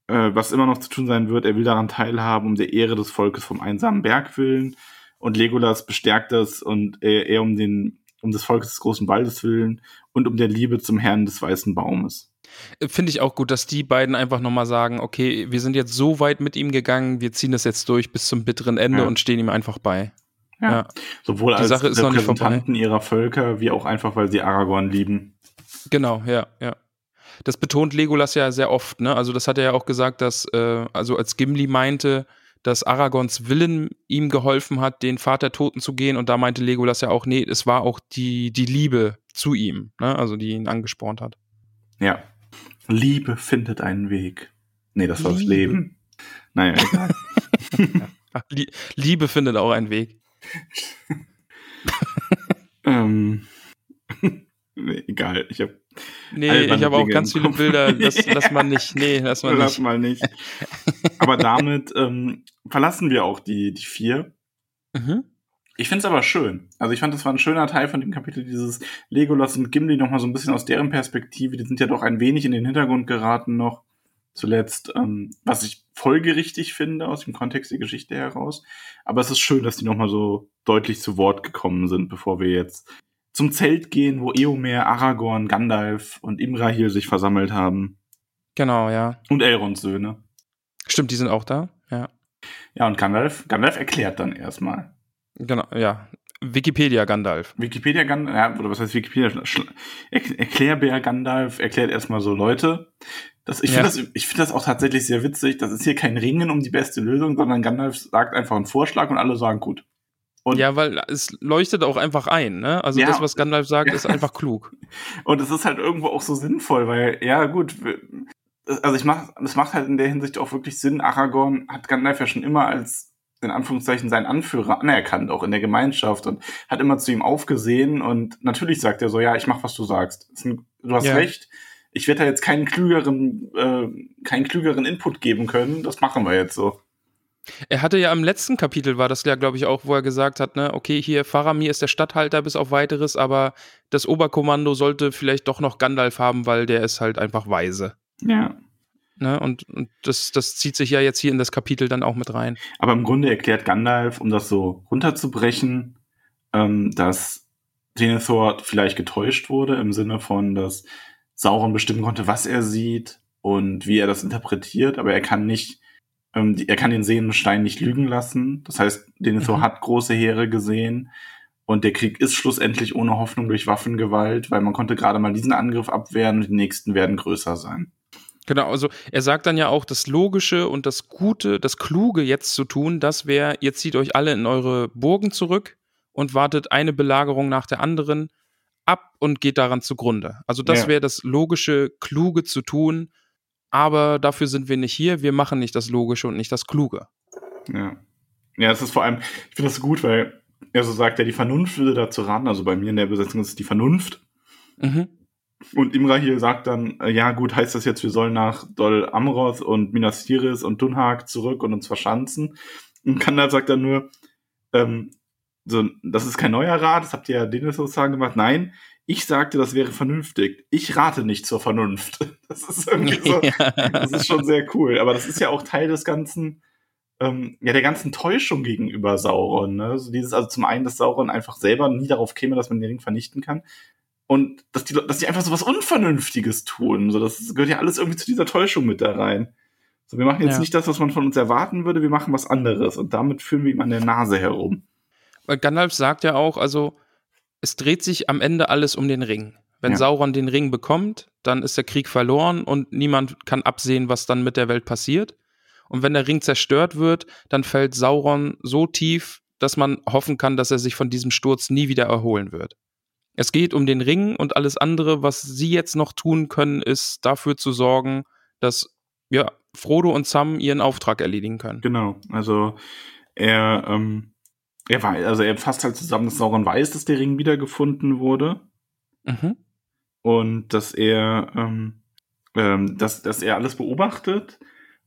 was immer noch zu tun sein wird, er will daran teilhaben, um der Ehre des Volkes vom einsamen Berg willen. Und Legolas bestärkt das und er um des Volkes des großen Waldes willen und um der Liebe zum Herrn des weißen Baumes. Finde ich auch gut, dass die beiden einfach nochmal sagen, okay, wir sind jetzt so weit mit ihm gegangen, wir ziehen das jetzt durch bis zum bitteren Ende und stehen ihm einfach bei. Ja. Sowohl als Sache ist Repräsentanten ihrer Völker, wie auch einfach, weil sie Aragorn lieben. Genau, ja. Das betont Legolas ja sehr oft, ne? Also das hat er ja auch gesagt, dass, also als Gimli meinte, dass Aragorns Willen ihm geholfen hat, den Pfad der Toten zu gehen, und da meinte Legolas ja auch, nee, es war auch die Liebe zu ihm, ne? Also die ihn angespornt hat. Ja. Liebe findet einen Weg. Nee, das war das Leben. Naja, egal. Ach, Liebe findet auch einen Weg. Nee, egal. Ich habe auch ganz viele Bilder. Lass mal nicht. Nee, lass mal nicht. Aber damit verlassen wir auch die 4. Mhm. Ich finde es aber schön. Also ich fand, das war ein schöner Teil von dem Kapitel, dieses Legolas und Gimli nochmal so ein bisschen aus deren Perspektive. Die sind ja doch ein wenig in den Hintergrund geraten noch zuletzt, was ich folgerichtig finde aus dem Kontext der Geschichte heraus. Aber es ist schön, dass die nochmal so deutlich zu Wort gekommen sind, bevor wir jetzt zum Zelt gehen, wo Eomer, Aragorn, Gandalf und Imrahil sich versammelt haben. Genau, ja. Und Elrons Söhne. Stimmt, die sind auch da, ja. Ja, und Gandalf erklärt dann erstmal. Genau, ja. Wikipedia Gandalf. Ja, oder was heißt Wikipedia? Erklärbär Gandalf erklärt erstmal so, Leute. Ich finde das auch tatsächlich sehr witzig. Das ist hier kein Ringen um die beste Lösung, sondern Gandalf sagt einfach einen Vorschlag und alle sagen gut. Und ja, weil es leuchtet auch einfach ein, ne? Also das, was Gandalf sagt, ist einfach klug. Und es ist halt irgendwo auch so sinnvoll, weil, ja gut, also es macht halt in der Hinsicht auch wirklich Sinn. Aragorn hat Gandalf ja schon immer als, in Anführungszeichen, seinen Anführer anerkannt, auch in der Gemeinschaft, und hat immer zu ihm aufgesehen, und natürlich sagt er so, ja, ich mach, was du sagst. Du hast recht, ich werde da jetzt keinen klügeren Input geben können, das machen wir jetzt so. Er hatte ja im letzten Kapitel, war das ja, glaube ich, auch, wo er gesagt hat, ne, okay, hier, Faramir ist der Statthalter bis auf Weiteres, aber das Oberkommando sollte vielleicht doch noch Gandalf haben, weil der ist halt einfach weise. Ja. Ne, und das zieht sich ja jetzt hier in das Kapitel dann auch mit rein. Aber im Grunde erklärt Gandalf, um das so runterzubrechen, dass Denethor vielleicht getäuscht wurde, im Sinne von, dass Sauron bestimmen konnte, was er sieht und wie er das interpretiert, aber er kann den sehenden Stein nicht lügen lassen. Das heißt, Denethor hat große Heere gesehen, und der Krieg ist schlussendlich ohne Hoffnung durch Waffengewalt, weil man konnte gerade mal diesen Angriff abwehren und die nächsten werden größer sein. Genau, also er sagt dann ja auch, das Logische und das Gute, das Kluge jetzt zu tun, das wäre, ihr zieht euch alle in eure Burgen zurück und wartet eine Belagerung nach der anderen ab und geht daran zugrunde. Also das wäre das Logische, Kluge zu tun, aber dafür sind wir nicht hier, wir machen nicht das Logische und nicht das Kluge. Ja, es ist vor allem, ich finde das gut, weil er so sagt, ja, die Vernunft würde dazu raten, also bei mir in der Übersetzung ist es die Vernunft. Mhm. Und Imrahil sagt dann, ja gut, heißt das jetzt, wir sollen nach Dol Amroth und Minas Tirith und Dunhag zurück und uns verschanzen? Und Gandalf sagt dann nur, das ist kein neuer Rat, das habt ihr ja Denethor gemacht. Nein, ich sagte, das wäre vernünftig. Ich rate nicht zur Vernunft. Das ist irgendwie so, das ist schon sehr cool. Aber das ist ja auch Teil des ganzen, der ganzen Täuschung gegenüber Sauron. Ne? Also zum einen, dass Sauron einfach selber nie darauf käme, dass man den Ring vernichten kann. Und dass die einfach so was Unvernünftiges tun. So, das gehört ja alles irgendwie zu dieser Täuschung mit da rein. So, wir machen jetzt nicht das, was man von uns erwarten würde, wir machen was anderes. Und damit führen wir ihm an der Nase herum. Weil Gandalf sagt ja auch, also es dreht sich am Ende alles um den Ring. Wenn Sauron den Ring bekommt, dann ist der Krieg verloren und niemand kann absehen, was dann mit der Welt passiert. Und wenn der Ring zerstört wird, dann fällt Sauron so tief, dass man hoffen kann, dass er sich von diesem Sturz nie wieder erholen wird. Es geht um den Ring, und alles andere, was sie jetzt noch tun können, ist dafür zu sorgen, dass Frodo und Sam ihren Auftrag erledigen können. Genau, also er fasst halt zusammen, dass Sauron weiß, dass der Ring wiedergefunden wurde. Mhm. Und dass er alles beobachtet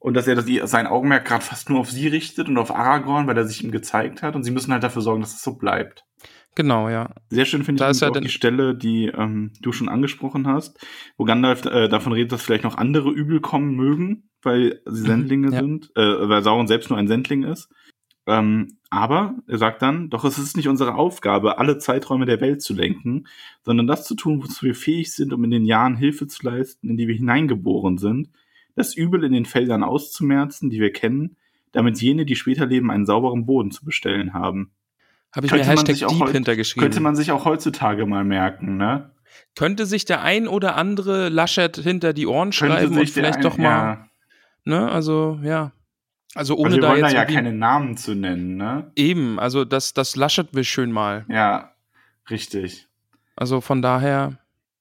Und dass er sein Augenmerk gerade fast nur auf sie richtet und auf Aragorn, weil er sich ihm gezeigt hat. Und sie müssen halt dafür sorgen, dass es so bleibt. Genau, ja. Sehr schön finde ich auch die Stelle, die du schon angesprochen hast, wo Gandalf davon redet, dass vielleicht noch andere Übel kommen mögen, weil sie Sendlinge sind, weil Sauron selbst nur ein Sendling ist. Aber er sagt dann, doch es ist nicht unsere Aufgabe, alle Zeiträume der Welt zu lenken, sondern das zu tun, wozu wir fähig sind, um in den Jahren Hilfe zu leisten, in die wir hineingeboren sind, das Übel in den Feldern auszumerzen, die wir kennen, damit jene, die später leben, einen sauberen Boden zu bestellen haben. Habe ich mir Hashtag Deep hintergeschrieben. Könnte man sich auch heutzutage mal merken, ne? Könnte sich der ein oder andere Laschet hinter die Ohren schreiben und vielleicht doch mal, ne, also, ja. Also ohne da jetzt... Wir wollen da ja keine Namen zu nennen, ne? Eben, also das Laschet will schön mal. Ja, richtig. Also von daher...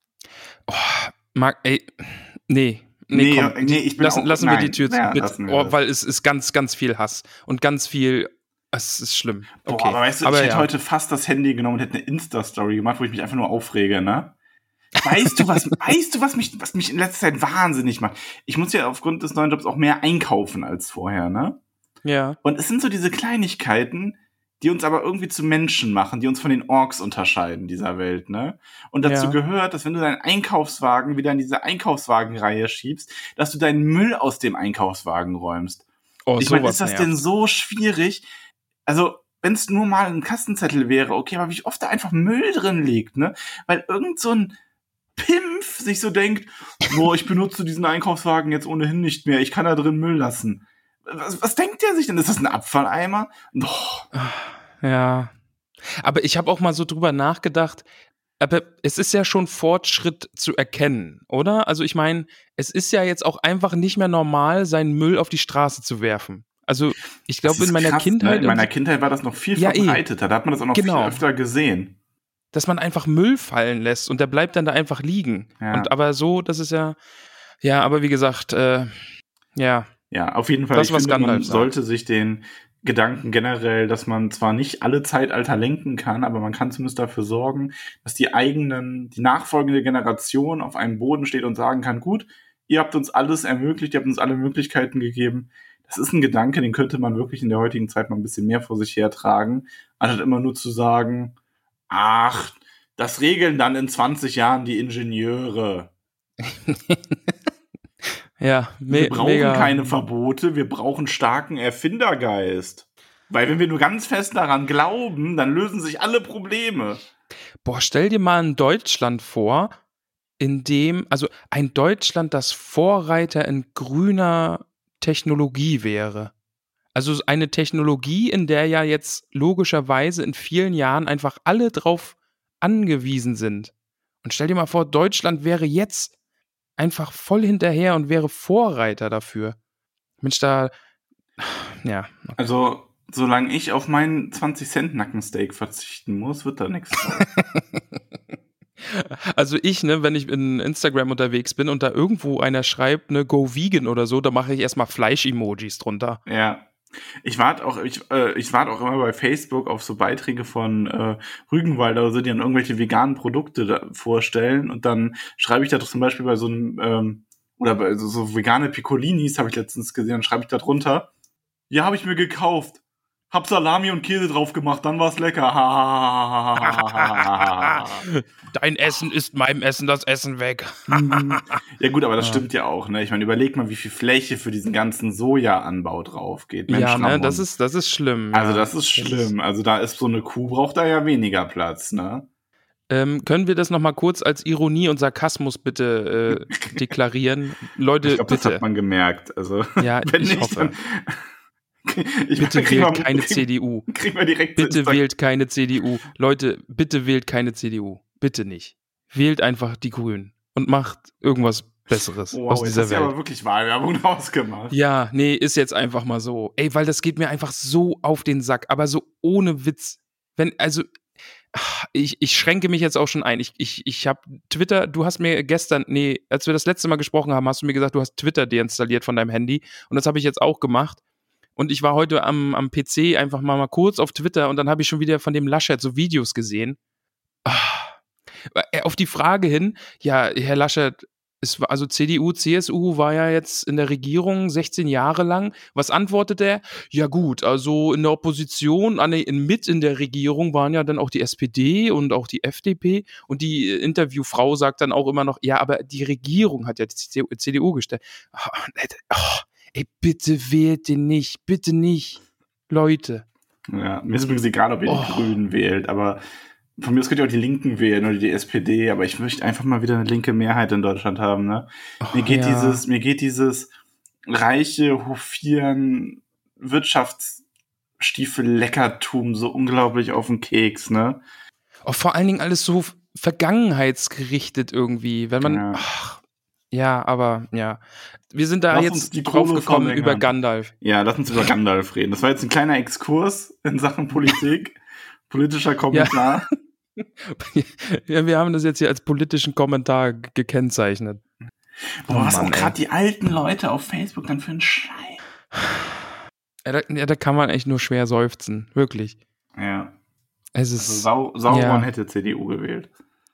Nee, komm, lassen wir die Tür zu, bitte. Weil es ist ganz, ganz viel Hass und ganz viel... Es ist schlimm. Okay. Boah, aber weißt du, ich hätte heute fast das Handy genommen und hätte eine Insta-Story gemacht, wo ich mich einfach nur aufrege, ne? Weißt du, was mich in letzter Zeit wahnsinnig macht? Ich muss ja aufgrund des neuen Jobs auch mehr einkaufen als vorher, ne? Ja. Und es sind so diese Kleinigkeiten, die uns aber irgendwie zu Menschen machen, die uns von den Orks unterscheiden dieser Welt, ne? Und dazu gehört, dass wenn du deinen Einkaufswagen wieder in diese Einkaufswagenreihe schiebst, dass du deinen Müll aus dem Einkaufswagen räumst. Oh, ich meine, ist das denn so schwierig? Also, wenn es nur mal ein Kassenzettel wäre, okay, aber wie oft da einfach Müll drin liegt, ne? Weil irgend so ein Pimpf sich so denkt, ich benutze diesen Einkaufswagen jetzt ohnehin nicht mehr, ich kann da drin Müll lassen. Was denkt der sich denn? Ist das ein Abfalleimer? Ja. Aber ich habe auch mal so drüber nachgedacht, aber es ist ja schon Fortschritt zu erkennen, oder? Also ich meine, es ist ja jetzt auch einfach nicht mehr normal, seinen Müll auf die Straße zu werfen. Also ich glaube, in meiner Kindheit... In meiner Kindheit war das noch viel verbreiteter, da hat man das auch noch viel öfter gesehen. Dass man einfach Müll fallen lässt und der bleibt dann da einfach liegen. Ja. Und aber so, das ist ja... Ja, aber wie gesagt, Ja, auf jeden Fall. Das, was man sollte sich den Gedanken generell, dass man zwar nicht alle Zeitalter lenken kann, aber man kann zumindest dafür sorgen, dass die nachfolgende Generation auf einem Boden steht und sagen kann, gut, ihr habt uns alles ermöglicht, ihr habt uns alle Möglichkeiten gegeben. Das ist ein Gedanke, den könnte man wirklich in der heutigen Zeit mal ein bisschen mehr vor sich hertragen, anstatt immer nur zu sagen, das regeln dann in 20 Jahren die Ingenieure. Ja, wir brauchen keine Verbote, wir brauchen starken Erfindergeist. Weil wenn wir nur ganz fest daran glauben, dann lösen sich alle Probleme. Boah, stell dir mal ein Deutschland vor, ein Deutschland, das Vorreiter in grüner Technologie wäre. Also eine Technologie, in der ja jetzt logischerweise in vielen Jahren einfach alle drauf angewiesen sind. Und stell dir mal vor, Deutschland wäre jetzt einfach voll hinterher und wäre Vorreiter dafür. Mensch, ja. Okay. Also, solange ich auf meinen 20-Cent-Nackensteak verzichten muss, wird da nichts drauf. Also wenn ich in Instagram unterwegs bin und da irgendwo einer schreibt, ne, go vegan oder so, da mache ich erstmal Fleisch-Emojis drunter. Ja. Ich warte auch immer bei Facebook auf so Beiträge von Rügenwalder oder so, die dann irgendwelche veganen Produkte vorstellen und dann schreibe ich da zum Beispiel bei so einem oder bei so vegane Piccolinis habe ich letztens gesehen, dann schreibe ich da drunter, ja, habe ich mir gekauft. Hab Salami und Käse drauf gemacht, dann war's lecker. Dein Essen ist meinem Essen das Essen weg. Ja gut, aber das stimmt ja auch, ne? Ich meine, überleg mal, wie viel Fläche für diesen ganzen Sojaanbau drauf geht. Mensch, ja, ne, das ist schlimm. Also das ist schlimm. Also da ist so eine Kuh, braucht da ja weniger Platz, ne? Können wir das nochmal kurz als Ironie und Sarkasmus bitte deklarieren? Leute, ich glaub, bitte. Das hat man gemerkt. Also, ja, ich hoffe. Bitte wählt keine CDU. Kriegen wir direkt bitte wählt keine CDU. Leute, bitte wählt keine CDU. Bitte nicht. Wählt einfach die Grünen und macht irgendwas Besseres aus dieser Welt. Jetzt hast du aber wirklich Wahlwerbung rausgemacht. Ja, nee, ist jetzt einfach mal so. Ey, weil das geht mir einfach so auf den Sack, aber so ohne Witz. Ich schränke mich jetzt auch schon ein. Ich habe Twitter, du hast mir gestern, als wir das letzte Mal gesprochen haben, hast du mir gesagt, du hast Twitter deinstalliert von deinem Handy und das habe ich jetzt auch gemacht. Und ich war heute am PC einfach mal kurz auf Twitter und dann habe ich schon wieder von dem Laschet so Videos gesehen. Auf die Frage hin, ja, Herr Laschet, Also CDU, CSU war ja jetzt in der Regierung 16 Jahre lang. Was antwortet er? Ja gut, also in der Opposition, mit in der Regierung waren ja dann auch die SPD und auch die FDP. Und die Interviewfrau sagt dann auch immer noch, ja, aber die Regierung hat ja die CDU gestellt. Ey, bitte wählt den nicht, bitte nicht, Leute. Ja, mir ist übrigens egal, ob ihr die Grünen wählt, aber von mir aus könnt ihr auch die Linken wählen oder die SPD, aber ich möchte einfach mal wieder eine linke Mehrheit in Deutschland haben, ne? Mir geht dieses reiche Hofieren, Wirtschaftsstiefel-Leckertum so unglaublich auf den Keks, ne? Vor allen Dingen alles so vergangenheitsgerichtet irgendwie, wenn man, aber wir sind da jetzt drauf gekommen über Gandalf. Ja, lass uns über Gandalf reden. Das war jetzt ein kleiner Exkurs in Sachen Politik, politischer Kommentar. Ja, wir haben das jetzt hier als politischen Kommentar gekennzeichnet. Boah, was auch gerade die alten Leute auf Facebook dann für einen Scheiß. Da kann man echt nur schwer seufzen, wirklich. Ja. Es ist, Sauron hätte CDU gewählt.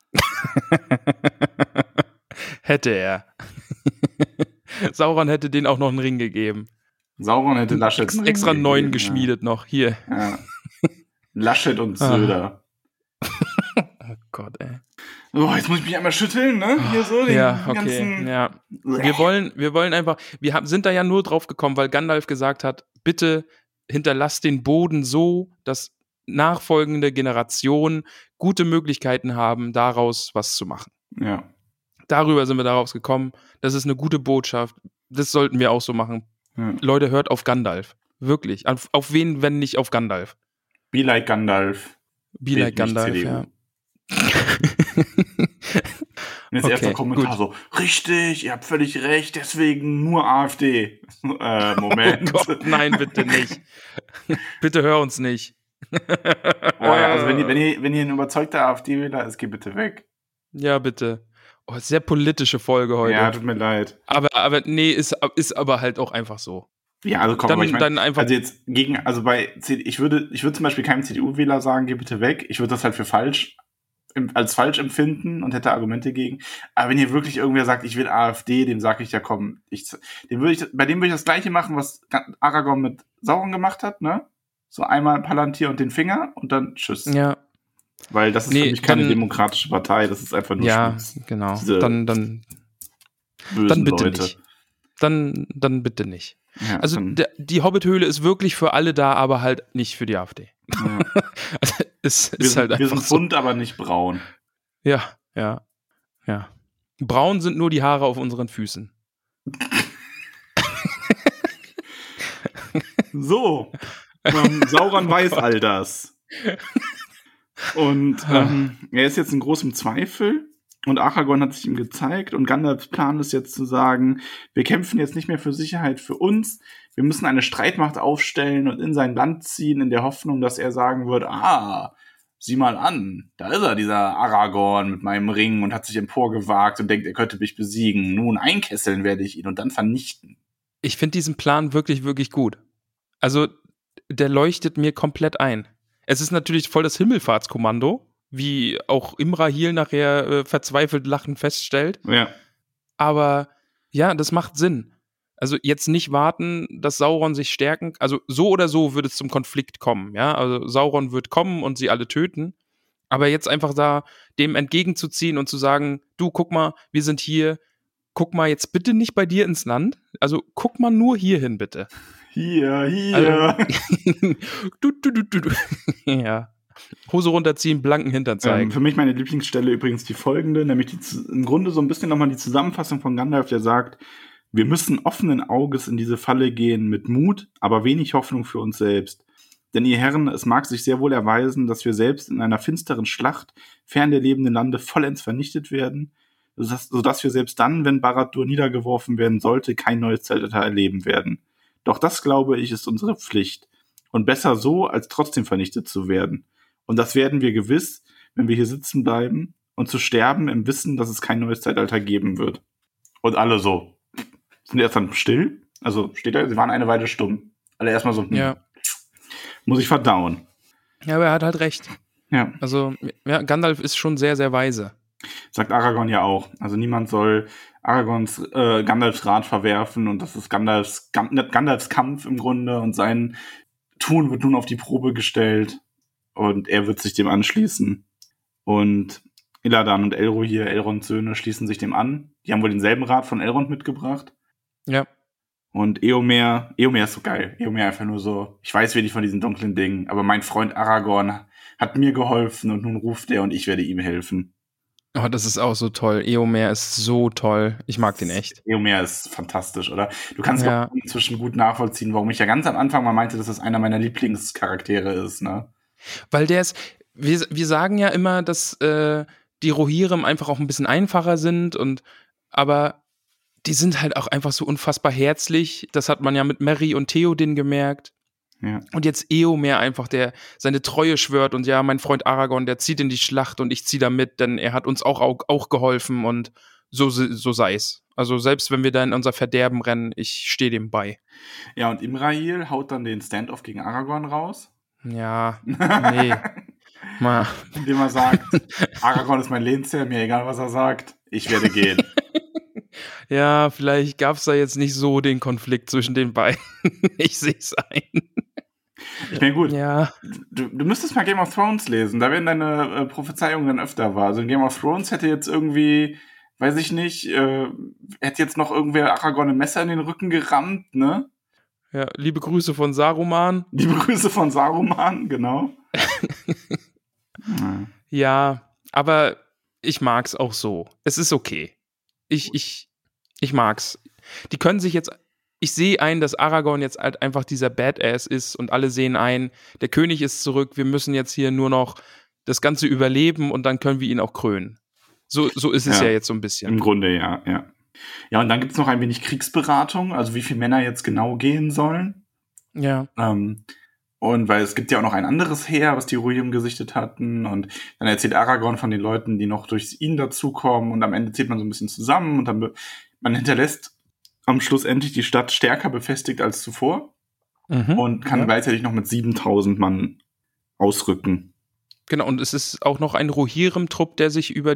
Hätte er. Sauron hätte denen auch noch einen Ring gegeben. Sauron hätte Laschet extra einen neuen geschmiedet noch. Hier. Ja. Laschet und Söder. Oh Gott, ey. Oh, jetzt muss ich mich einmal schütteln, ne? Hier so den ganzen... Ja. Wir wollen einfach... sind da ja nur drauf gekommen, weil Gandalf gesagt hat, bitte hinterlasst den Boden so, dass nachfolgende Generationen gute Möglichkeiten haben, daraus was zu machen. Ja. Darüber sind wir daraus gekommen. Das ist eine gute Botschaft. Das sollten wir auch so machen. Ja. Leute, hört auf Gandalf. Wirklich. Auf wen, wenn nicht auf Gandalf? Be like Gandalf. Be like Gandalf, ja. Und jetzt erster Kommentar so, richtig, ihr habt völlig recht, deswegen nur AfD. Moment. Oh Gott, nein, bitte nicht. Bitte hör uns nicht. Also wenn ihr ein überzeugter AfD-Wähler ist, geht bitte weg. Ja, bitte. Sehr politische Folge heute. Ja, tut mir leid. Aber nee, ist aber halt auch einfach so. Ja, also komm, ich würde zum Beispiel keinem CDU-Wähler sagen, geh bitte weg. Ich würde das halt als falsch empfinden und hätte Argumente gegen. Aber wenn hier wirklich irgendwer sagt, ich will AfD, dem sage ich ja, komm, bei dem würde ich das Gleiche machen, was Aragorn mit Sauron gemacht hat, ne? So einmal Palantir und den Finger und dann tschüss. Ja. Weil das ist für mich keine demokratische Partei, das ist einfach nur Schmutz. Ja, genau. Dann bitte Leute. nicht. Dann bitte nicht. Ja, also die Hobbit-Höhle ist wirklich für alle da, aber halt nicht für die AfD. Ja. Also wir sind bunt, aber nicht braun. Ja. Braun sind nur die Haare auf unseren Füßen. So. Sauron weiß all das. Und er ist jetzt in großem Zweifel. Und Aragorn hat sich ihm gezeigt und Gandalfs Plan ist jetzt zu sagen, wir kämpfen jetzt nicht mehr für Sicherheit für uns, wir müssen eine Streitmacht aufstellen und in sein Land ziehen, in der Hoffnung, dass er sagen wird, sieh mal an, da ist er, dieser Aragorn mit meinem Ring und hat sich emporgewagt und denkt, er könnte mich besiegen. Nun einkesseln werde ich ihn und dann vernichten. Ich finde diesen Plan wirklich, wirklich gut. Also, der leuchtet mir komplett ein. Es ist natürlich voll das Himmelfahrtskommando, wie auch Imrahil nachher verzweifelt lachend feststellt. Ja. Aber ja, das macht Sinn. Also jetzt nicht warten, dass Sauron sich stärken, also so oder so würde es zum Konflikt kommen, ja, also Sauron wird kommen und sie alle töten, aber jetzt einfach da dem entgegenzuziehen und zu sagen, du, guck mal, wir sind hier, guck mal jetzt bitte nicht bei dir ins Land, also guck mal nur hier hin, bitte. Hier. Also, du. Ja. Hose runterziehen, blanken Hintern zeigen. Für mich meine Lieblingsstelle übrigens die folgende, nämlich im Grunde so ein bisschen nochmal die Zusammenfassung von Gandalf, der sagt, wir müssen offenen Auges in diese Falle gehen mit Mut, aber wenig Hoffnung für uns selbst. Denn ihr Herren, es mag sich sehr wohl erweisen, dass wir selbst in einer finsteren Schlacht fern der lebenden Lande vollends vernichtet werden, sodass wir selbst dann, wenn Barad-dûr niedergeworfen werden sollte, kein neues Zeitalter erleben werden. Doch das, glaube ich, ist unsere Pflicht. Und besser so, als trotzdem vernichtet zu werden. Und das werden wir gewiss, wenn wir hier sitzen bleiben und zu sterben im Wissen, dass es kein neues Zeitalter geben wird. Und alle so. Sind erst dann still? Also steht da, sie waren eine Weile stumm. Alle erstmal so, ja. Muss ich verdauen. Ja, aber er hat halt recht. Ja. Also, ja, Gandalf ist schon sehr, sehr weise. Sagt Aragorn ja auch. Also niemand soll Aragorns Gandalfs Rat verwerfen und das ist Gandalfs Kampf im Grunde und sein Tun wird nun auf die Probe gestellt und er wird sich dem anschließen. Und Eladan und Elrohir, Elronds Söhne, schließen sich dem an. Die haben wohl denselben Rat von Elrond mitgebracht. Ja. Und Éomer ist so geil. Éomer einfach nur so, ich weiß wenig von diesen dunklen Dingen, aber mein Freund Aragorn hat mir geholfen und nun ruft er und ich werde ihm helfen. Oh, das ist auch so toll. Éomer ist so toll. Ich mag den echt. Éomer ist fantastisch, oder? Du kannst auch inzwischen gut nachvollziehen, warum ich ja ganz am Anfang mal meinte, dass das einer meiner Lieblingscharaktere ist, ne? Weil der ist, wir sagen ja immer, dass die Rohirrim einfach auch ein bisschen einfacher sind aber die sind halt auch einfach so unfassbar herzlich. Das hat man ja mit Merry und Theoden gemerkt. Ja. Und jetzt Éomer einfach, der seine Treue schwört und ja, mein Freund Aragorn, der zieht in die Schlacht und ich ziehe da mit, denn er hat uns auch geholfen und so sei es. Also selbst wenn wir da in unser Verderben rennen, ich stehe dem bei. Ja, und Imrahil haut dann den Standoff gegen Aragorn raus. Ja, nee. Indem er sagt, Aragorn ist mein Lehnsherr, mir egal, was er sagt, ich werde gehen. Ja, vielleicht gab es da jetzt nicht so den Konflikt zwischen den beiden. Ich sehe es ein. Ich meine, gut, ja. Du müsstest mal Game of Thrones lesen, da werden deine Prophezeiungen dann öfter wahr. Also in Game of Thrones hätte jetzt irgendwie, weiß ich nicht, hätte jetzt noch irgendwer Aragorn ein Messer in den Rücken gerammt, ne? Ja, liebe Grüße von Saruman. Liebe Grüße von Saruman, genau. Ja, aber ich mag's auch so. Es ist okay. Ich mag's. Die können sich jetzt, ich sehe ein, dass Aragorn jetzt halt einfach dieser Badass ist und alle sehen ein, der König ist zurück, wir müssen jetzt hier nur noch das Ganze überleben und dann können wir ihn auch krönen. So ist es ja jetzt so ein bisschen. Im Grunde, ja. Ja, und dann gibt's noch ein wenig Kriegsberatung, also wie viele Männer jetzt genau gehen sollen. Ja. Und weil es gibt ja auch noch ein anderes Heer, was die Rohirrim gesichtet hatten. Und dann erzählt Aragorn von den Leuten, die noch durch ihn dazukommen. Und am Ende zählt man so ein bisschen zusammen. Und dann man hinterlässt am Schluss endlich die Stadt stärker befestigt als zuvor. Und kann gleichzeitig noch mit 7000 Mann ausrücken. Genau, und es ist auch noch ein Rohirrim-Trupp, der sich über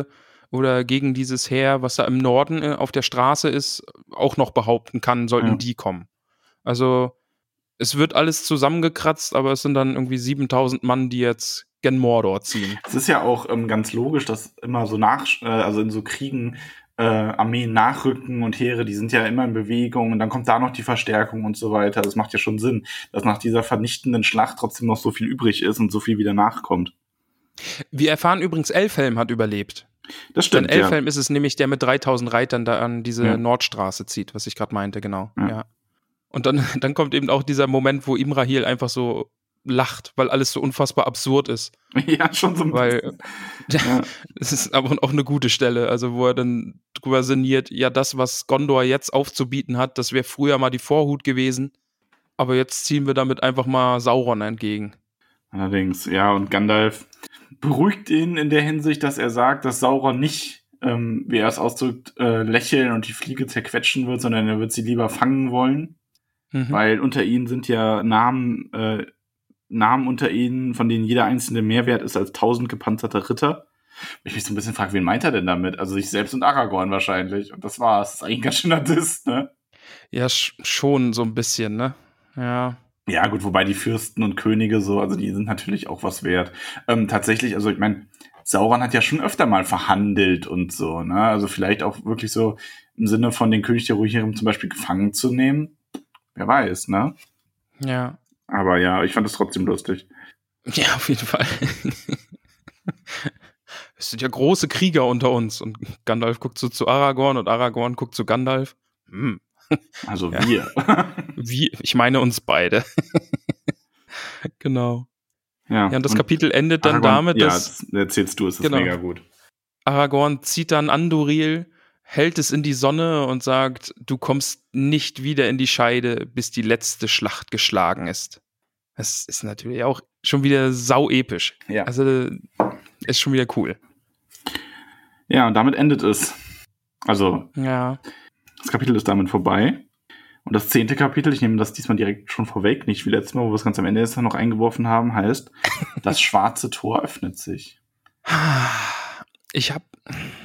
gegen dieses Heer, was da im Norden auf der Straße ist, auch noch behaupten kann, sollten die kommen. Also es wird alles zusammengekratzt, aber es sind dann irgendwie 7000 Mann, die jetzt gen Mordor ziehen. Es ist ja auch ganz logisch, dass immer so also in so Kriegen Armeen nachrücken und Heere, die sind ja immer in Bewegung und dann kommt da noch die Verstärkung und so weiter. Das macht ja schon Sinn, dass nach dieser vernichtenden Schlacht trotzdem noch so viel übrig ist und so viel wieder nachkommt. Wir erfahren übrigens, Elfhelm hat überlebt. Das stimmt, Denn Elfhelm ist es nämlich, der mit 3000 Reitern da an diese Nordstraße zieht, was ich gerade meinte, genau. Ja. Und dann kommt eben auch dieser Moment, wo Imrahil einfach so lacht, weil alles so unfassbar absurd ist. Ja, schon so ein bisschen. Es ist aber auch eine gute Stelle, also wo er dann drüber sinniert, ja, das, was Gondor jetzt aufzubieten hat, das wäre früher mal die Vorhut gewesen, aber jetzt ziehen wir damit einfach mal Sauron entgegen. Allerdings, ja, und Gandalf beruhigt ihn in der Hinsicht, dass er sagt, dass Sauron nicht, wie er es ausdrückt, lächeln und die Fliege zerquetschen wird, sondern er wird sie lieber fangen wollen. Weil unter ihnen sind ja Namen unter ihnen, von denen jeder einzelne mehr wert ist als 1000 gepanzerte Ritter. Ich mich so ein bisschen frage, wen meint er denn damit? Also sich selbst und Aragorn wahrscheinlich. Und das war's. Das ist eigentlich ein ganz schöner Diss, ne? Ja, schon so ein bisschen, ne? Ja. Ja, gut, wobei die Fürsten und Könige so, also die sind natürlich auch was wert. Tatsächlich, also ich meine, Sauron hat ja schon öfter mal verhandelt und so, ne? Also vielleicht auch wirklich so im Sinne von den König der Rohirrim zum Beispiel gefangen zu nehmen. Wer weiß, ne? Ja. Aber ja, ich fand es trotzdem lustig. Ja, auf jeden Fall. Es sind ja große Krieger unter uns. Und Gandalf guckt so zu Aragorn und Aragorn guckt zu Gandalf. Also ja. wir. Ich meine uns beide. Genau. Ja, und das Kapitel endet dann damit, dass... Ja, erzählst du, es ist mega gut. Aragorn zieht dann Anduril, hält es in die Sonne und sagt, du kommst nicht wieder in die Scheide, bis die letzte Schlacht geschlagen ist. Das ist natürlich auch schon wieder sauepisch. Ja. Also ist schon wieder cool. Ja, und damit endet es. Also, das Kapitel ist damit vorbei. Und das 10. Kapitel, ich nehme das diesmal direkt schon vorweg, nicht wie letztes Mal, wo wir es ganz am Ende jetzt noch eingeworfen haben, heißt, das schwarze Tor öffnet sich. Ich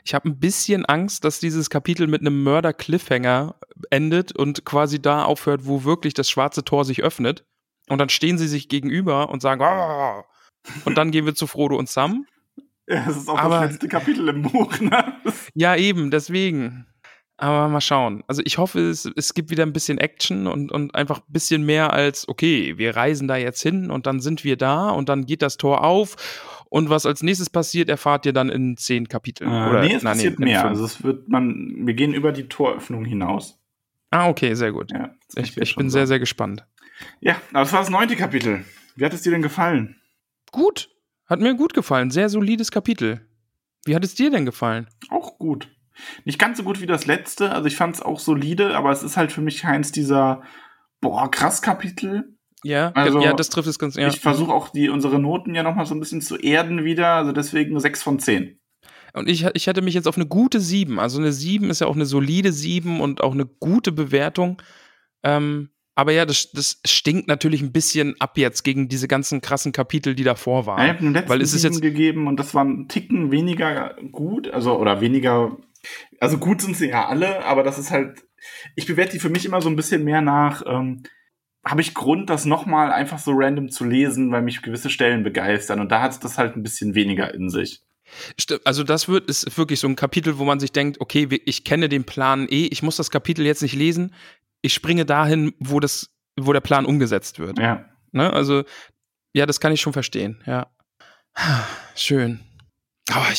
Ich habe ein bisschen Angst, dass dieses Kapitel mit einem Mörder-Cliffhanger endet und quasi da aufhört, wo wirklich das schwarze Tor sich öffnet. Und dann stehen sie sich gegenüber und sagen, oh! Und dann gehen wir zu Frodo und Sam. Ja, das ist auch das letzte Kapitel im Buch, ne? Ja, eben, deswegen. Aber mal schauen. Also ich hoffe, es gibt wieder ein bisschen Action und einfach ein bisschen mehr als, okay, wir reisen da jetzt hin und dann sind wir da und dann geht das Tor auf und was als nächstes passiert, erfahrt ihr dann in 10 Kapiteln. Es passiert mehr. Also wir gehen über die Toröffnung hinaus. Ah, okay, sehr gut. Ja, ich bin sehr, sehr gespannt. Ja, aber das war das 9. Kapitel. Wie hat es dir denn gefallen? Gut. Hat mir gut gefallen. Sehr solides Kapitel. Wie hat es dir denn gefallen? Auch gut. Nicht ganz so gut wie das letzte. Also ich fand es auch solide, aber es ist halt für mich keins dieser krass Kapitel. Ja, also, ja, das trifft es ganz. Ja. Ich versuche auch unsere Noten ja nochmal so ein bisschen zu erden wieder. Also deswegen 6 von 10. Und ich hätte mich jetzt auf eine gute 7. Also eine 7 ist ja auch eine solide 7 und auch eine gute Bewertung. Aber ja, das stinkt natürlich ein bisschen ab jetzt gegen diese ganzen krassen Kapitel, die davor waren. Ich habe den letzten 7 gegeben und das war ein Ticken weniger gut, oder weniger, also gut sind sie ja alle, aber das ist halt, ich bewerte die für mich immer so ein bisschen mehr nach, habe ich Grund, das nochmal einfach so random zu lesen, weil mich gewisse Stellen begeistern und da hat es das halt ein bisschen weniger in sich. Also das ist wirklich so ein Kapitel, wo man sich denkt, okay, ich kenne den Plan ich muss das Kapitel jetzt nicht lesen, ich springe dahin, wo der Plan umgesetzt wird. Ja. Ne? Also, ja, das kann ich schon verstehen, ja. Schön. Aber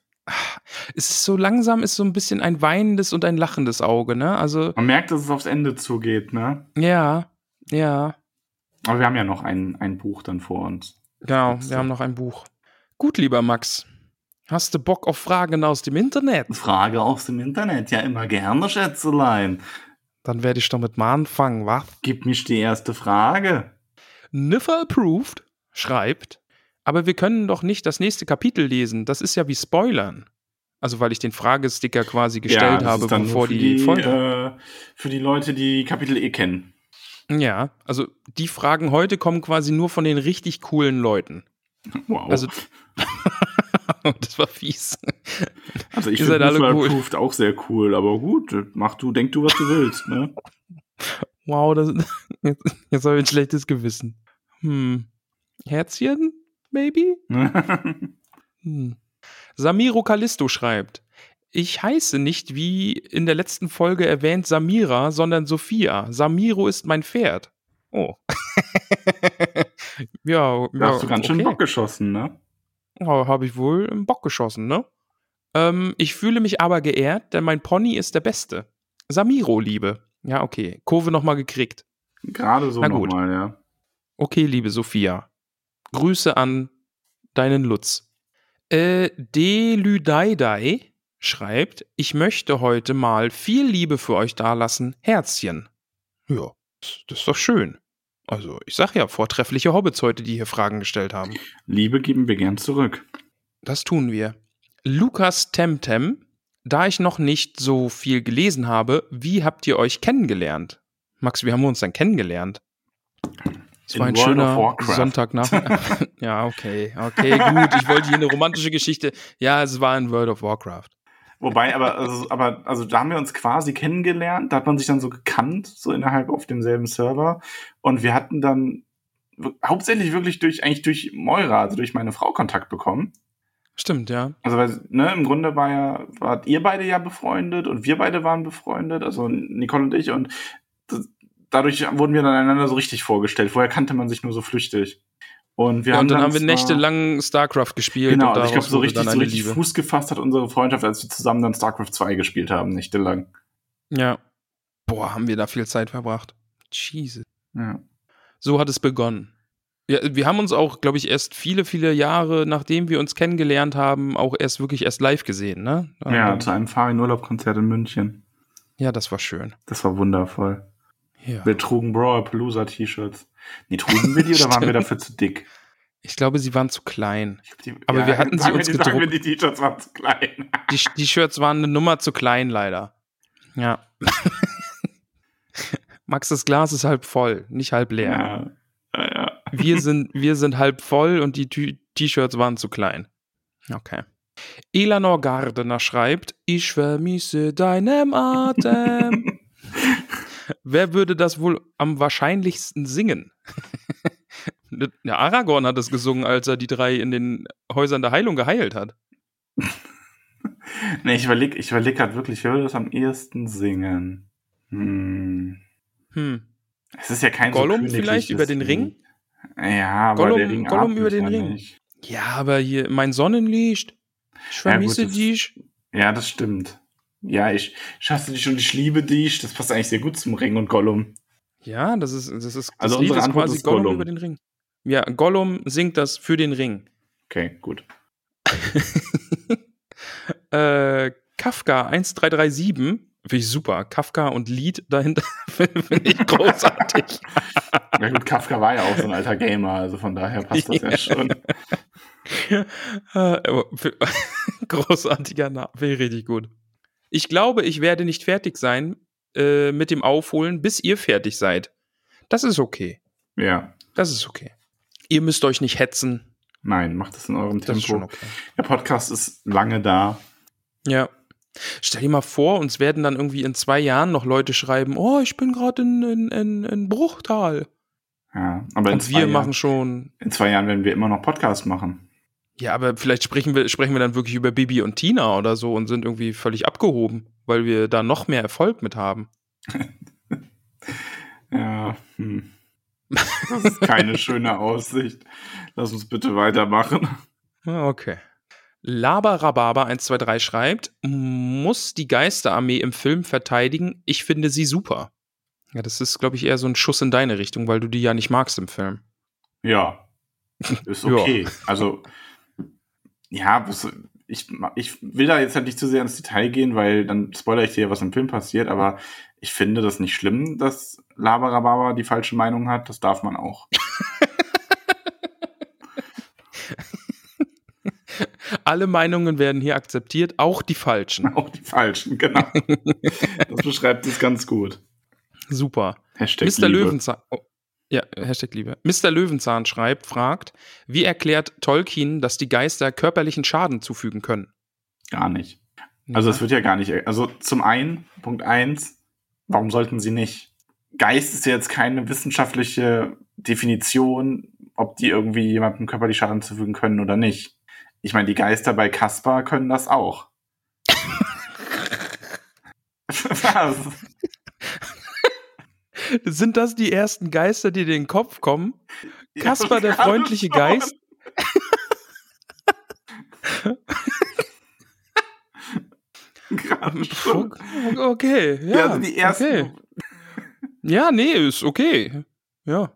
es ist so langsam, ist so ein bisschen ein weinendes und ein lachendes Auge, ne? Also. Man merkt, dass es aufs Ende zugeht, ne? Ja, ja. Aber wir haben ja noch ein Buch dann vor uns. Genau, wir haben noch ein Buch. Gut, lieber Max. Hast du Bock auf Fragen aus dem Internet? Frage aus dem Internet, ja immer gerne, Schätzelein. Dann werde ich damit mal anfangen, wa? Gib mich die erste Frage. Niffer Approved schreibt, aber wir können doch nicht das nächste Kapitel lesen. Das ist ja wie Spoilern. Also weil ich den Fragesticker quasi gestellt habe, bevor die Folge. Für die Leute, die Kapitel kennen. Ja, also die Fragen heute kommen quasi nur von den richtig coolen Leuten. Wow. Also das war fies. Also ich finde Niffer Approved auch sehr cool, aber gut, denk du, was du willst, ne? Wow, jetzt habe ich ein schlechtes Gewissen. Herzchen, maybe? Samiro Callisto schreibt, ich heiße nicht, wie in der letzten Folge erwähnt, Samira, sondern Sophia. Samiro ist mein Pferd. Oh. ja, da hast du ganz schön Bock geschossen, ne? Ja, habe ich wohl im Bock geschossen, ne? Ich fühle mich aber geehrt, denn mein Pony ist der Beste. Samiro, Liebe. Ja, okay. Kurve nochmal gekriegt. Gerade so nochmal, ja. Okay, liebe Sophia. Grüße an deinen Lutz. Delüdeidei schreibt, ich möchte heute mal viel Liebe für euch dalassen. Herzchen. Ja, das ist doch schön. Also, ich sag ja, vortreffliche Hobbits heute, die hier Fragen gestellt haben. Liebe geben wir gern zurück. Das tun wir. Lukas Temtem, da ich noch nicht so viel gelesen habe, wie habt ihr euch kennengelernt? Max, wie haben wir uns dann kennengelernt? Es war ein schöner Sonntagnachmittag. Ja, okay, gut. Ich wollte hier eine romantische Geschichte. Ja, es war in World of Warcraft. Wobei, also da haben wir uns quasi kennengelernt, da hat man sich dann so gekannt, so innerhalb auf demselben Server. Und wir hatten dann hauptsächlich wirklich durch Moira, also durch meine Frau, Kontakt bekommen. Stimmt, ja. Also, weil, ne, im Grunde wart ihr beide ja befreundet und wir beide waren befreundet, also Nicole und ich, und dadurch wurden wir dann einander so richtig vorgestellt. Vorher kannte man sich nur so flüchtig. Und dann haben wir nächtelang StarCraft gespielt. Genau, und also ich glaube, so richtig Fuß gefasst hat unsere Freundschaft, als wir zusammen dann StarCraft 2 gespielt haben, nächtelang. Ja. Boah, haben wir da viel Zeit verbracht. Jesus. Ja. So hat es begonnen. Ja, wir haben uns auch, glaube ich, erst viele, viele Jahre, nachdem wir uns kennengelernt haben, auch erst live gesehen, ne? Ja, zu einem Farin-Urlaub-Konzert in München. Ja, das war schön. Das war wundervoll. Ja. Wir trugen Brawler-Palooza-T-Shirts. Nee, trugen wir die oder waren wir dafür zu dick? Ich glaube, sie waren zu klein. Aber wir hatten sie uns gedruckt. Die T-Shirts waren zu klein. Die Shirts waren eine Nummer zu klein, leider. Ja. Max, das Glas ist halb voll, nicht halb leer. Ja. Wir sind halb voll und die T-Shirts waren zu klein. Okay. Elanor Gardener schreibt, ich vermisse deinen Atem. Wer würde das wohl am wahrscheinlichsten singen? Ja, Aragorn hat es gesungen, als er die 3 in den Häusern der Heilung geheilt hat. Nee, ich überleg gerade wirklich, wer würde das am ehesten singen? Es ist ja kein Gollum vielleicht über den Ring? Ja, aber der Ring Gollum über den ja Ring. Nicht. Ja, aber hier, mein Sonnenlicht, ich vermisse dich. Ja, das stimmt. Ja, ich hasse dich und ich liebe dich. Das passt eigentlich sehr gut zum Ring und Gollum. Ja, das also Lied unsere Antwort quasi ist Gollum über den Ring. Ja, Gollum singt das für den Ring. Okay, gut. Kafka 1337, finde ich super. Kafka und Lied dahinter finde ich großartig. Ja gut, Kafka war ja auch so ein alter Gamer, also von daher passt das ja schon. Großartiger Name, finde ich richtig gut. Ich glaube, ich werde nicht fertig sein mit dem Aufholen, bis ihr fertig seid. Das ist okay. Ja. Das ist okay. Ihr müsst euch nicht hetzen. Nein, macht das in eurem Tempo. Das ist schon okay. Der Podcast ist lange da. Ja. Stell dir mal vor, uns werden dann irgendwie in 2 Jahren noch Leute schreiben, oh, ich bin gerade in Bruchtal. Ja, aber und wir machen schon... In 2 Jahren werden wir immer noch Podcasts machen. Ja, aber vielleicht sprechen wir dann wirklich über Bibi und Tina oder so und sind irgendwie völlig abgehoben, weil wir da noch mehr Erfolg mit haben. Ja, Das ist keine schöne Aussicht. Lass uns bitte weitermachen. Okay. Laber-Rhabarber 123 schreibt, muss die Geisterarmee im Film verteidigen? Ich finde sie super. Ja, das ist, glaube ich, eher so ein Schuss in deine Richtung, weil du die ja nicht magst im Film. Ja, ist okay. Ja. Also, ja, ich will da jetzt halt nicht zu sehr ins Detail gehen, weil dann spoilere ich dir, was im Film passiert, aber ich finde das nicht schlimm, dass Laber-Rhabarber die falsche Meinung hat. Das darf man auch. Alle Meinungen werden hier akzeptiert, auch die falschen. Auch die falschen, genau. Das beschreibt es ganz gut. Super. Hashtag Mr. Liebe. Löwenzahn. Oh, ja, Hashtag Liebe. Mr. Löwenzahn fragt, wie erklärt Tolkien, dass die Geister körperlichen Schaden zufügen können? Gar nicht. Also es wird ja gar nicht. Also zum einen, Punkt 1, warum sollten sie nicht? Geist ist ja jetzt keine wissenschaftliche Definition, ob die irgendwie jemandem körperlich Schaden zufügen können oder nicht. Ich meine, die Geister bei Kaspar können das auch. Was? Sind das die ersten Geister, die dir in den Kopf kommen? Ja, Kaspar, der freundliche Geist? Okay, ja. Also die ersten. Okay. Ja, nee, ist okay. Ja.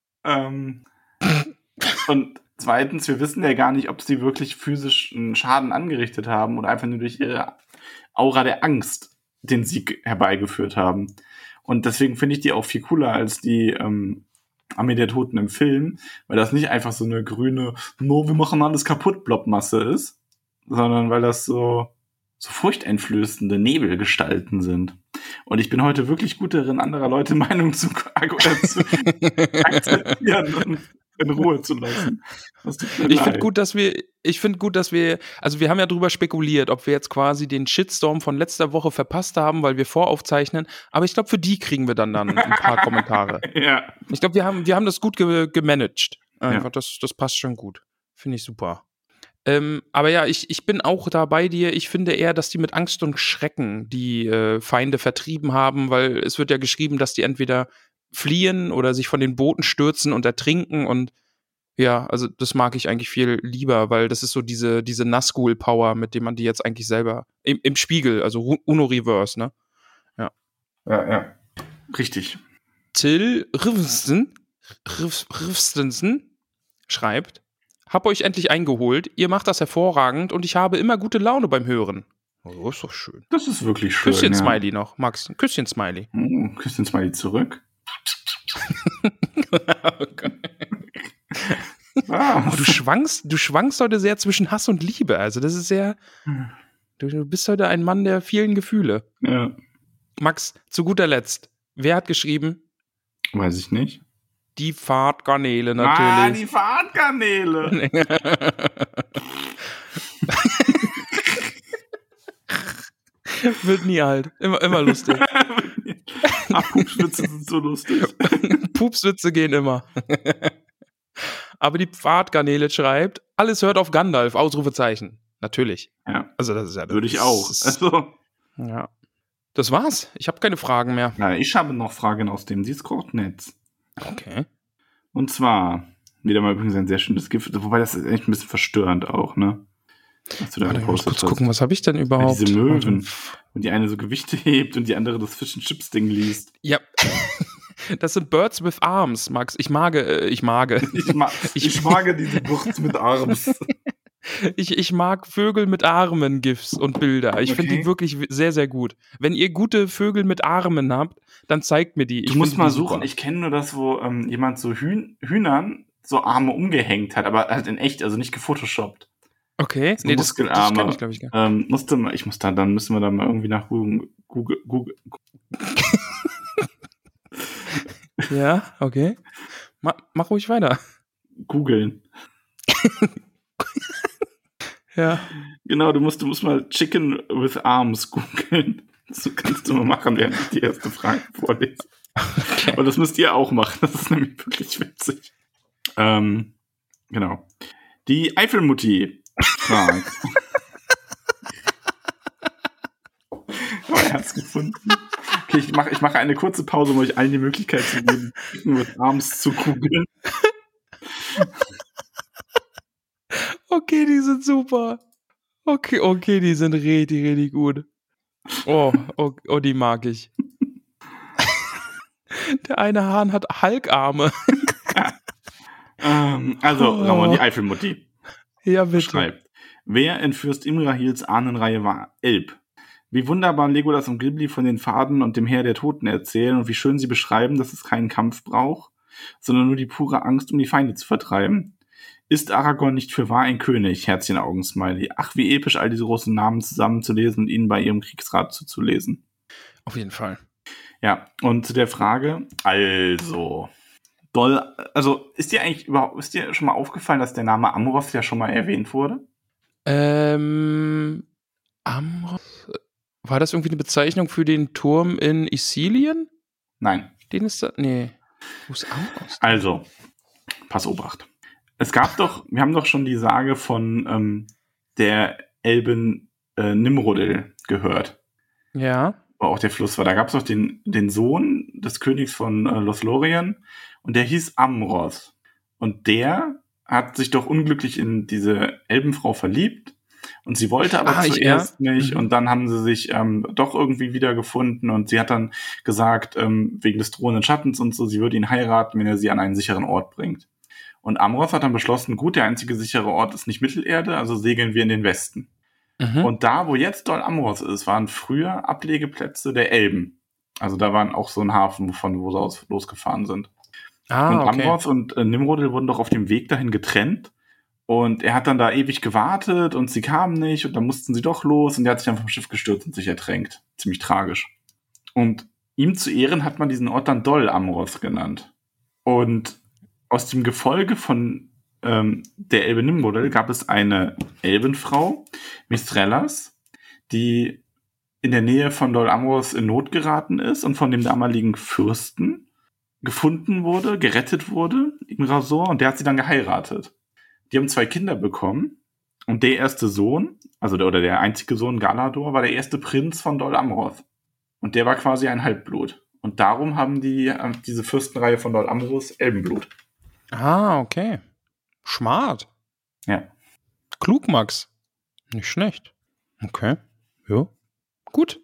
Und zweitens, wir wissen ja gar nicht, ob sie wirklich physischen Schaden angerichtet haben oder einfach nur durch ihre Aura der Angst den Sieg herbeigeführt haben. Und deswegen finde ich die auch viel cooler als die Armee der Toten im Film, weil das nicht einfach so eine grüne, no, wir machen alles kaputt Blobmasse ist, sondern weil das so furchteinflößende Nebelgestalten sind. Und ich bin heute wirklich gut darin, anderer Leute Meinung zu akzeptieren und in Ruhe zu lassen. Ich finde gut, dass wir, also wir haben ja drüber spekuliert, ob wir jetzt quasi den Shitstorm von letzter Woche verpasst haben, weil wir voraufzeichnen, aber ich glaube, für die kriegen wir dann ein paar Kommentare. Ja. Ich glaube, wir haben das gut gemanagt. Einfach, ja. Das passt schon gut. Finde ich super. Aber ja, ich bin auch da bei dir. Ich finde eher, dass die mit Angst und Schrecken die Feinde vertrieben haben, weil es wird ja geschrieben, dass die entweder fliehen oder sich von den Booten stürzen und ertrinken und ja, also das mag ich eigentlich viel lieber, weil das ist so diese Nazgul-Power, mit dem man die jetzt eigentlich selber im Spiegel, also Uno-Reverse, ne? Ja. Ja. Richtig. Till Rivstensen schreibt, hab euch endlich eingeholt, ihr macht das hervorragend und ich habe immer gute Laune beim Hören. Oh, ist doch schön. Das ist wirklich schön. Küsschen-Smiley noch, Max. Küsschen-Smiley. Küsschen-Smiley zurück. Okay. Du schwankst heute sehr zwischen Hass und Liebe. Also das ist sehr, du bist heute ein Mann der vielen Gefühle. Ja. Max, zu guter Letzt, wer hat geschrieben? Weiß ich nicht. Die Fahrtgarnele natürlich. Die Fahrtgarnele. Wird nie alt. Immer lustig. Pupswitze sind so lustig. Pupswitze gehen immer. Aber die Pfadgarnele schreibt, alles hört auf Gandalf, Ausrufezeichen. Natürlich. Ja. Also das ist ja... Würde ich auch. Also. Ja. Das war's. Ich habe keine Fragen mehr. Ja, ich habe noch Fragen aus dem Discord-Netz. Okay. Und zwar, wieder mal übrigens ein sehr schönes Gift, wobei das ist echt ein bisschen verstörend auch, ne? Was du da gepostet hast. Kurz gucken, was habe ich denn überhaupt? Diese Möwen. Und die eine so Gewichte hebt und die andere das Fish and Chips Ding liest. Ja. Das sind Birds with Arms, Max. Ich mag diese Birds mit Arms. Ich mag Vögel mit Armen, GIFs und Bilder. Ich finde die wirklich sehr, sehr gut. Wenn ihr gute Vögel mit Armen habt, dann zeigt mir die. Du musst mal suchen. Super. Ich kenne nur das, wo jemand so Hühnern so Arme umgehängt hat, aber halt in echt, also nicht gefotoshoppt. Okay, so das kenne ich, glaube ich, gar nicht. Dann müssen wir da mal irgendwie nach Google. Ja, okay. Mach ruhig weiter. Googeln. Ja. Genau, du musst mal Chicken with Arms googeln. Das kannst du mal machen, während ich die erste Frage vorlese. Okay. Und das müsst ihr auch machen. Das ist nämlich wirklich witzig. Genau. Die Eifelmutti fragt. Er hat's gefunden. Okay, ich mache eine kurze Pause, um euch allen die Möglichkeit zu geben, Chicken with Arms zu googeln. Okay, die sind super. Okay, die sind richtig gut. Oh, die mag ich. Der eine Hahn hat Hulkarme. Ramon, die Eifelmutti. Ja, bitte. Schreibt, wer in Fürst Imrahils Ahnenreihe war Elb? Wie wunderbar Legolas und Gimli von den Pfaden und dem Heer der Toten erzählen und wie schön sie beschreiben, dass es keinen Kampf braucht, sondern nur die pure Angst, um die Feinde zu vertreiben. Ist Aragorn nicht für wahr ein König? Herzchen-Augen-Smiley. Ach, wie episch, all diese großen Namen zusammenzulesen und ihnen bei ihrem Kriegsrat zuzulesen. Auf jeden Fall. Ja, und zu der Frage, ist dir schon mal aufgefallen, dass der Name Amroth ja schon mal erwähnt wurde? Amroth? War das irgendwie eine Bezeichnung für den Turm in Ithilien? Nein. Den ist da? Nee. Wo ist Amroth? Also, pass Obacht. Wir haben doch schon die Sage von der Elben Nimrodel gehört. Ja. Wo auch der Fluss war. Da gab es doch den Sohn des Königs von Lothlorien und der hieß Amroth. Und der hat sich doch unglücklich in diese Elbenfrau verliebt und sie wollte aber zuerst nicht. Und dann haben sie sich doch irgendwie wiedergefunden und sie hat dann gesagt, wegen des drohenden Schattens und so, sie würde ihn heiraten, wenn er sie an einen sicheren Ort bringt. Und Amroth hat dann beschlossen, gut, der einzige sichere Ort ist nicht Mittelerde, also segeln wir in den Westen. Mhm. Und da, wo jetzt Dol Amroth ist, waren früher Ablegeplätze der Elben. Also da waren auch so ein Hafen, wo sie aus losgefahren sind. Und Amroth und Nimrodel wurden doch auf dem Weg dahin getrennt. Und er hat dann da ewig gewartet und sie kamen nicht und dann mussten sie doch los und der hat sich dann vom Schiff gestürzt und sich ertränkt. Ziemlich tragisch. Und ihm zu Ehren hat man diesen Ort dann Dol Amroth genannt. Und aus dem Gefolge von der Elbe Nimrodel gab es eine Elbenfrau, Mistrellas, die in der Nähe von Dol Amroth in Not geraten ist und von dem damaligen Fürsten gefunden wurde, gerettet wurde, Imrasor, und der hat sie dann geheiratet. Die haben 2 Kinder bekommen und der erste Sohn, der einzige Sohn Galador, war der erste Prinz von Dol Amroth. Und der war quasi ein Halbblut. Und darum haben diese Fürstenreihe von Dol Amroth Elbenblut. Ah, okay. Smart. Ja. Klug, Max. Nicht schlecht. Okay. Ja. Gut.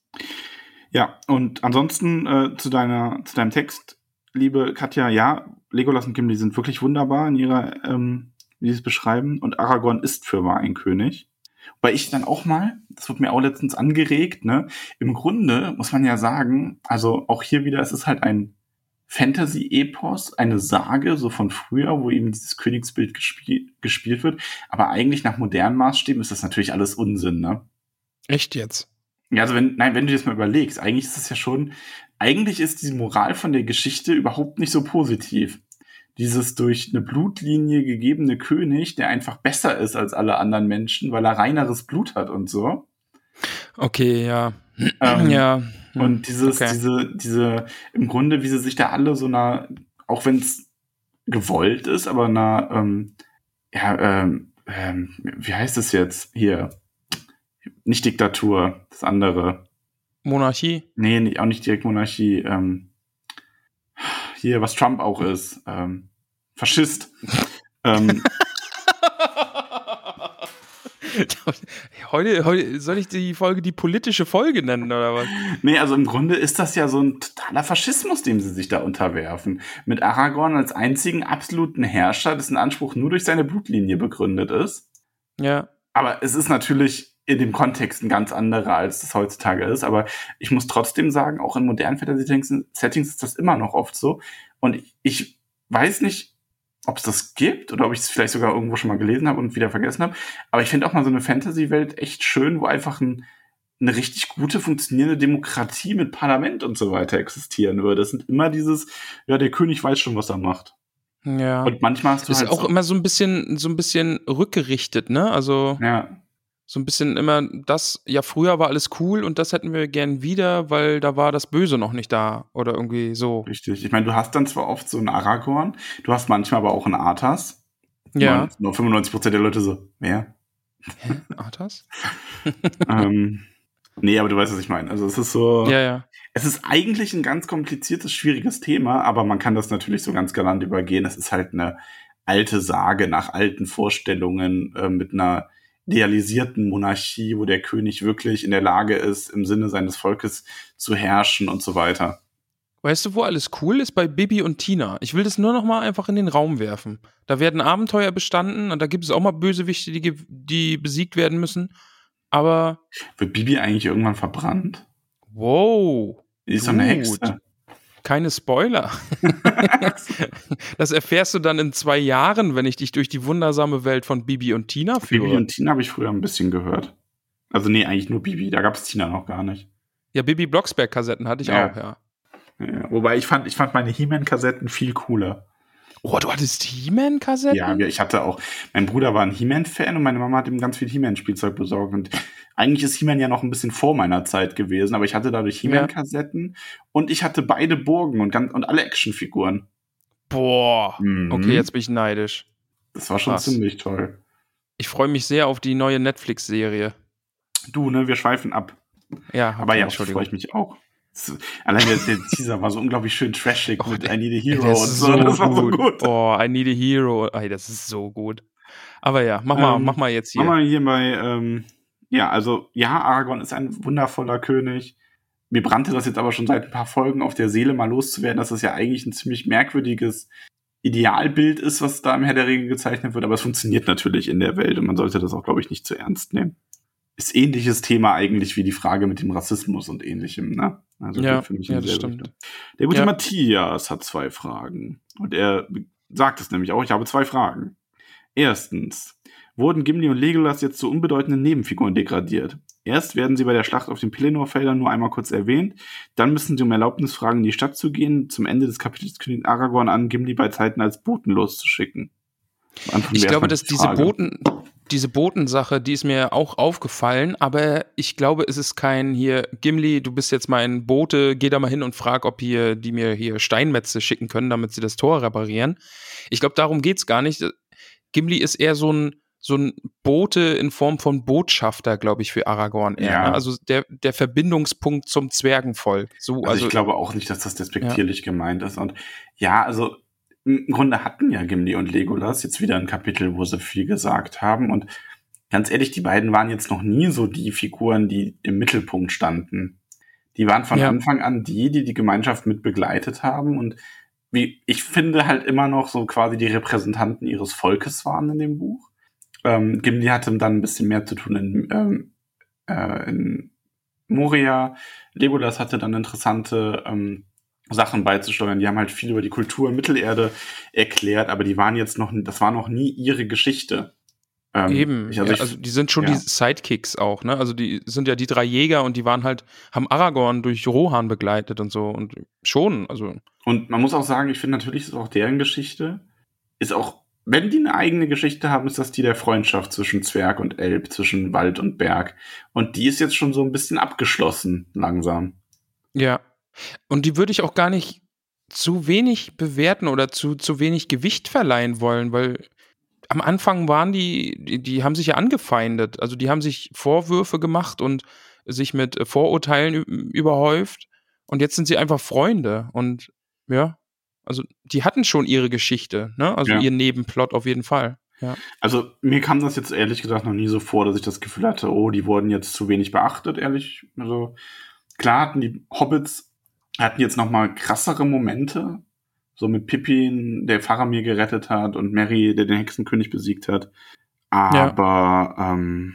Ja, und ansonsten zu deinem Text, liebe Katja, ja, Legolas und Gimli sind wirklich wunderbar in ihrer, wie sie es beschreiben, und Aragorn ist fürwahr ein König. Weil ich dann auch mal, das wurde mir auch letztens angeregt, ne, im Grunde muss man ja sagen, also auch hier wieder, es ist halt ein Fantasy-Epos, eine Sage, so von früher, wo eben dieses Königsbild gespielt wird. Aber eigentlich nach modernen Maßstäben ist das natürlich alles Unsinn, ne? Echt jetzt? Ja, also wenn du dir das mal überlegst, eigentlich ist die Moral von der Geschichte überhaupt nicht so positiv. Dieses durch eine Blutlinie gegebene König, der einfach besser ist als alle anderen Menschen, weil er reineres Blut hat und so. Okay, ja. Ja. Und diese, im Grunde, wie sie sich da alle so auch wenn es gewollt ist, aber wie heißt es jetzt hier? Nicht Diktatur, das andere. Monarchie? Nee, auch nicht direkt Monarchie. Hier, was Trump auch ist. Faschist. Heute soll ich die Folge die politische Folge nennen, oder was? Nee, also im Grunde ist das ja so ein totaler Faschismus, dem sie sich da unterwerfen. Mit Aragorn als einzigen absoluten Herrscher, dessen Anspruch nur durch seine Blutlinie begründet ist. Ja. Aber es ist natürlich in dem Kontext ein ganz anderer, als es heutzutage ist. Aber ich muss trotzdem sagen, auch in modernen Fantasy-Settings ist das immer noch oft so. Und ich weiß nicht, ob es das gibt oder ob ich es vielleicht sogar irgendwo schon mal gelesen habe und wieder vergessen habe. Aber ich finde auch mal so eine Fantasy-Welt echt schön, wo einfach eine richtig gute, funktionierende Demokratie mit Parlament und so weiter existieren würde. Es sind immer der König weiß schon, was er macht. Ja. Und manchmal hast du ist halt auch immer so ein bisschen rückgerichtet, ne? Also so ein bisschen immer das, ja, früher war alles cool und das hätten wir gern wieder, weil da war das Böse noch nicht da oder irgendwie so. Richtig. Ich meine, du hast dann zwar oft so einen Aragorn, du hast manchmal aber auch einen Arthas. Ja. Nur 95% der Leute so, wer? Hä? Arthas? Nee, aber du weißt, was ich meine. Also es ist so, ja. Es ist eigentlich ein ganz kompliziertes, schwieriges Thema, aber man kann das natürlich so ganz galant übergehen. Es ist halt eine alte Sage nach alten Vorstellungen mit einer idealisierten Monarchie, wo der König wirklich in der Lage ist, im Sinne seines Volkes zu herrschen und so weiter. Weißt du, wo alles cool ist? Bei Bibi und Tina. Ich will das nur noch mal einfach in den Raum werfen. Da werden Abenteuer bestanden und da gibt es auch mal Bösewichte, die besiegt werden müssen. Aber wird Bibi eigentlich irgendwann verbrannt? Wow. Die ist doch eine Hexe. Keine Spoiler. Das erfährst du dann in 2 Jahren, wenn ich dich durch die wundersame Welt von Bibi und Tina führe. Bibi und Tina habe ich früher ein bisschen gehört. Also nee, eigentlich nur Bibi. Da gab es Tina noch gar nicht. Ja, Bibi Blocksberg-Kassetten hatte ich auch, ja. Wobei ich fand meine He-Man-Kassetten viel cooler. Oh, du hattest He-Man-Kassetten? Ja, ich hatte auch. Mein Bruder war ein He-Man-Fan und meine Mama hat ihm ganz viel He-Man-Spielzeug besorgt. Und eigentlich ist He-Man ja noch ein bisschen vor meiner Zeit gewesen, aber ich hatte dadurch He-Man-Kassetten und ich hatte beide Burgen und alle Actionfiguren. Boah. Okay, jetzt bin ich neidisch. Das war schon ziemlich toll. Ich freue mich sehr auf die neue Netflix-Serie. Du, ne, wir schweifen ab. Ja, okay, aber ja, freue ich mich auch. Allein der Teaser war so unglaublich schön trashig mit I Need a Hero und so. Das war so gut. Oh, I Need a Hero. Ey, das ist so gut. Aber ja, mach mal jetzt hier. Mach mal hier bei, Aragorn ist ein wundervoller König. Mir brannte das jetzt aber schon seit ein paar Folgen auf der Seele, mal loszuwerden, dass das ja eigentlich ein ziemlich merkwürdiges Idealbild ist, was da im Herr der Ringe gezeichnet wird. Aber es funktioniert natürlich in der Welt und man sollte das auch, glaube ich, nicht zu ernst nehmen. Ist ähnliches Thema eigentlich wie die Frage mit dem Rassismus und Ähnlichem, ne? Also für mich das stimmt. Der gute Matthias hat 2 Fragen. Und er sagt es nämlich auch, ich habe 2 Fragen. Erstens, wurden Gimli und Legolas jetzt zu unbedeutenden Nebenfiguren degradiert? Erst werden sie bei der Schlacht auf den Pelennor-Feldern nur einmal kurz erwähnt, dann müssen sie um Erlaubnis fragen, in die Stadt zu gehen. Zum Ende des Kapitels kündigt Aragorn an, Gimli bei Zeiten als Boten loszuschicken. Ich glaube, dass diese Botensache, die ist mir auch aufgefallen, aber ich glaube, es ist kein hier, Gimli, du bist jetzt mein Bote, geh da mal hin und frag, ob die mir hier Steinmetze schicken können, damit sie das Tor reparieren. Ich glaube, darum geht's gar nicht. Gimli ist eher so ein Bote in Form von Botschafter, glaube ich, für Aragorn eher. Ja. Ne? Also der Verbindungspunkt zum Zwergenvolk. Also ich glaube auch nicht, dass das despektierlich gemeint ist. Und ja, also im Grunde hatten ja Gimli und Legolas jetzt wieder ein Kapitel, wo sie viel gesagt haben. Und ganz ehrlich, die beiden waren jetzt noch nie so die Figuren, die im Mittelpunkt standen. Die waren von Anfang an die Gemeinschaft mit begleitet haben. Und ich finde halt immer noch so quasi die Repräsentanten ihres Volkes waren in dem Buch. Gimli hatte dann ein bisschen mehr zu tun in Moria. Legolas hatte dann interessante Sachen beizusteuern. Die haben halt viel über die Kultur in Mittelerde erklärt, aber das war noch nie ihre Geschichte. Eben, also die sind schon die Sidekicks auch, ne? Also die sind ja die 3 Jäger und die haben Aragorn durch Rohan begleitet und so und schon, also. Und man muss auch sagen, ich finde natürlich ist auch deren Geschichte ist auch wenn die eine eigene Geschichte haben, ist das die der Freundschaft zwischen Zwerg und Elb, zwischen Wald und Berg. Und die ist jetzt schon so ein bisschen abgeschlossen, langsam. Ja. Und die würde ich auch gar nicht zu wenig bewerten oder zu wenig Gewicht verleihen wollen, weil am Anfang waren die haben sich ja angefeindet. Also die haben sich Vorwürfe gemacht und sich mit Vorurteilen überhäuft. Und jetzt sind sie einfach Freunde. Und ja, also die hatten schon ihre Geschichte, ne? Also ihren Nebenplot auf jeden Fall. Ja. Also mir kam das jetzt ehrlich gesagt noch nie so vor, dass ich das Gefühl hatte, oh, die wurden jetzt zu wenig beachtet, ehrlich. Also klar hatten die Hobbits jetzt noch mal krassere Momente, so mit Pippin, der Faramir gerettet hat und Merry, der den Hexenkönig besiegt hat. Aber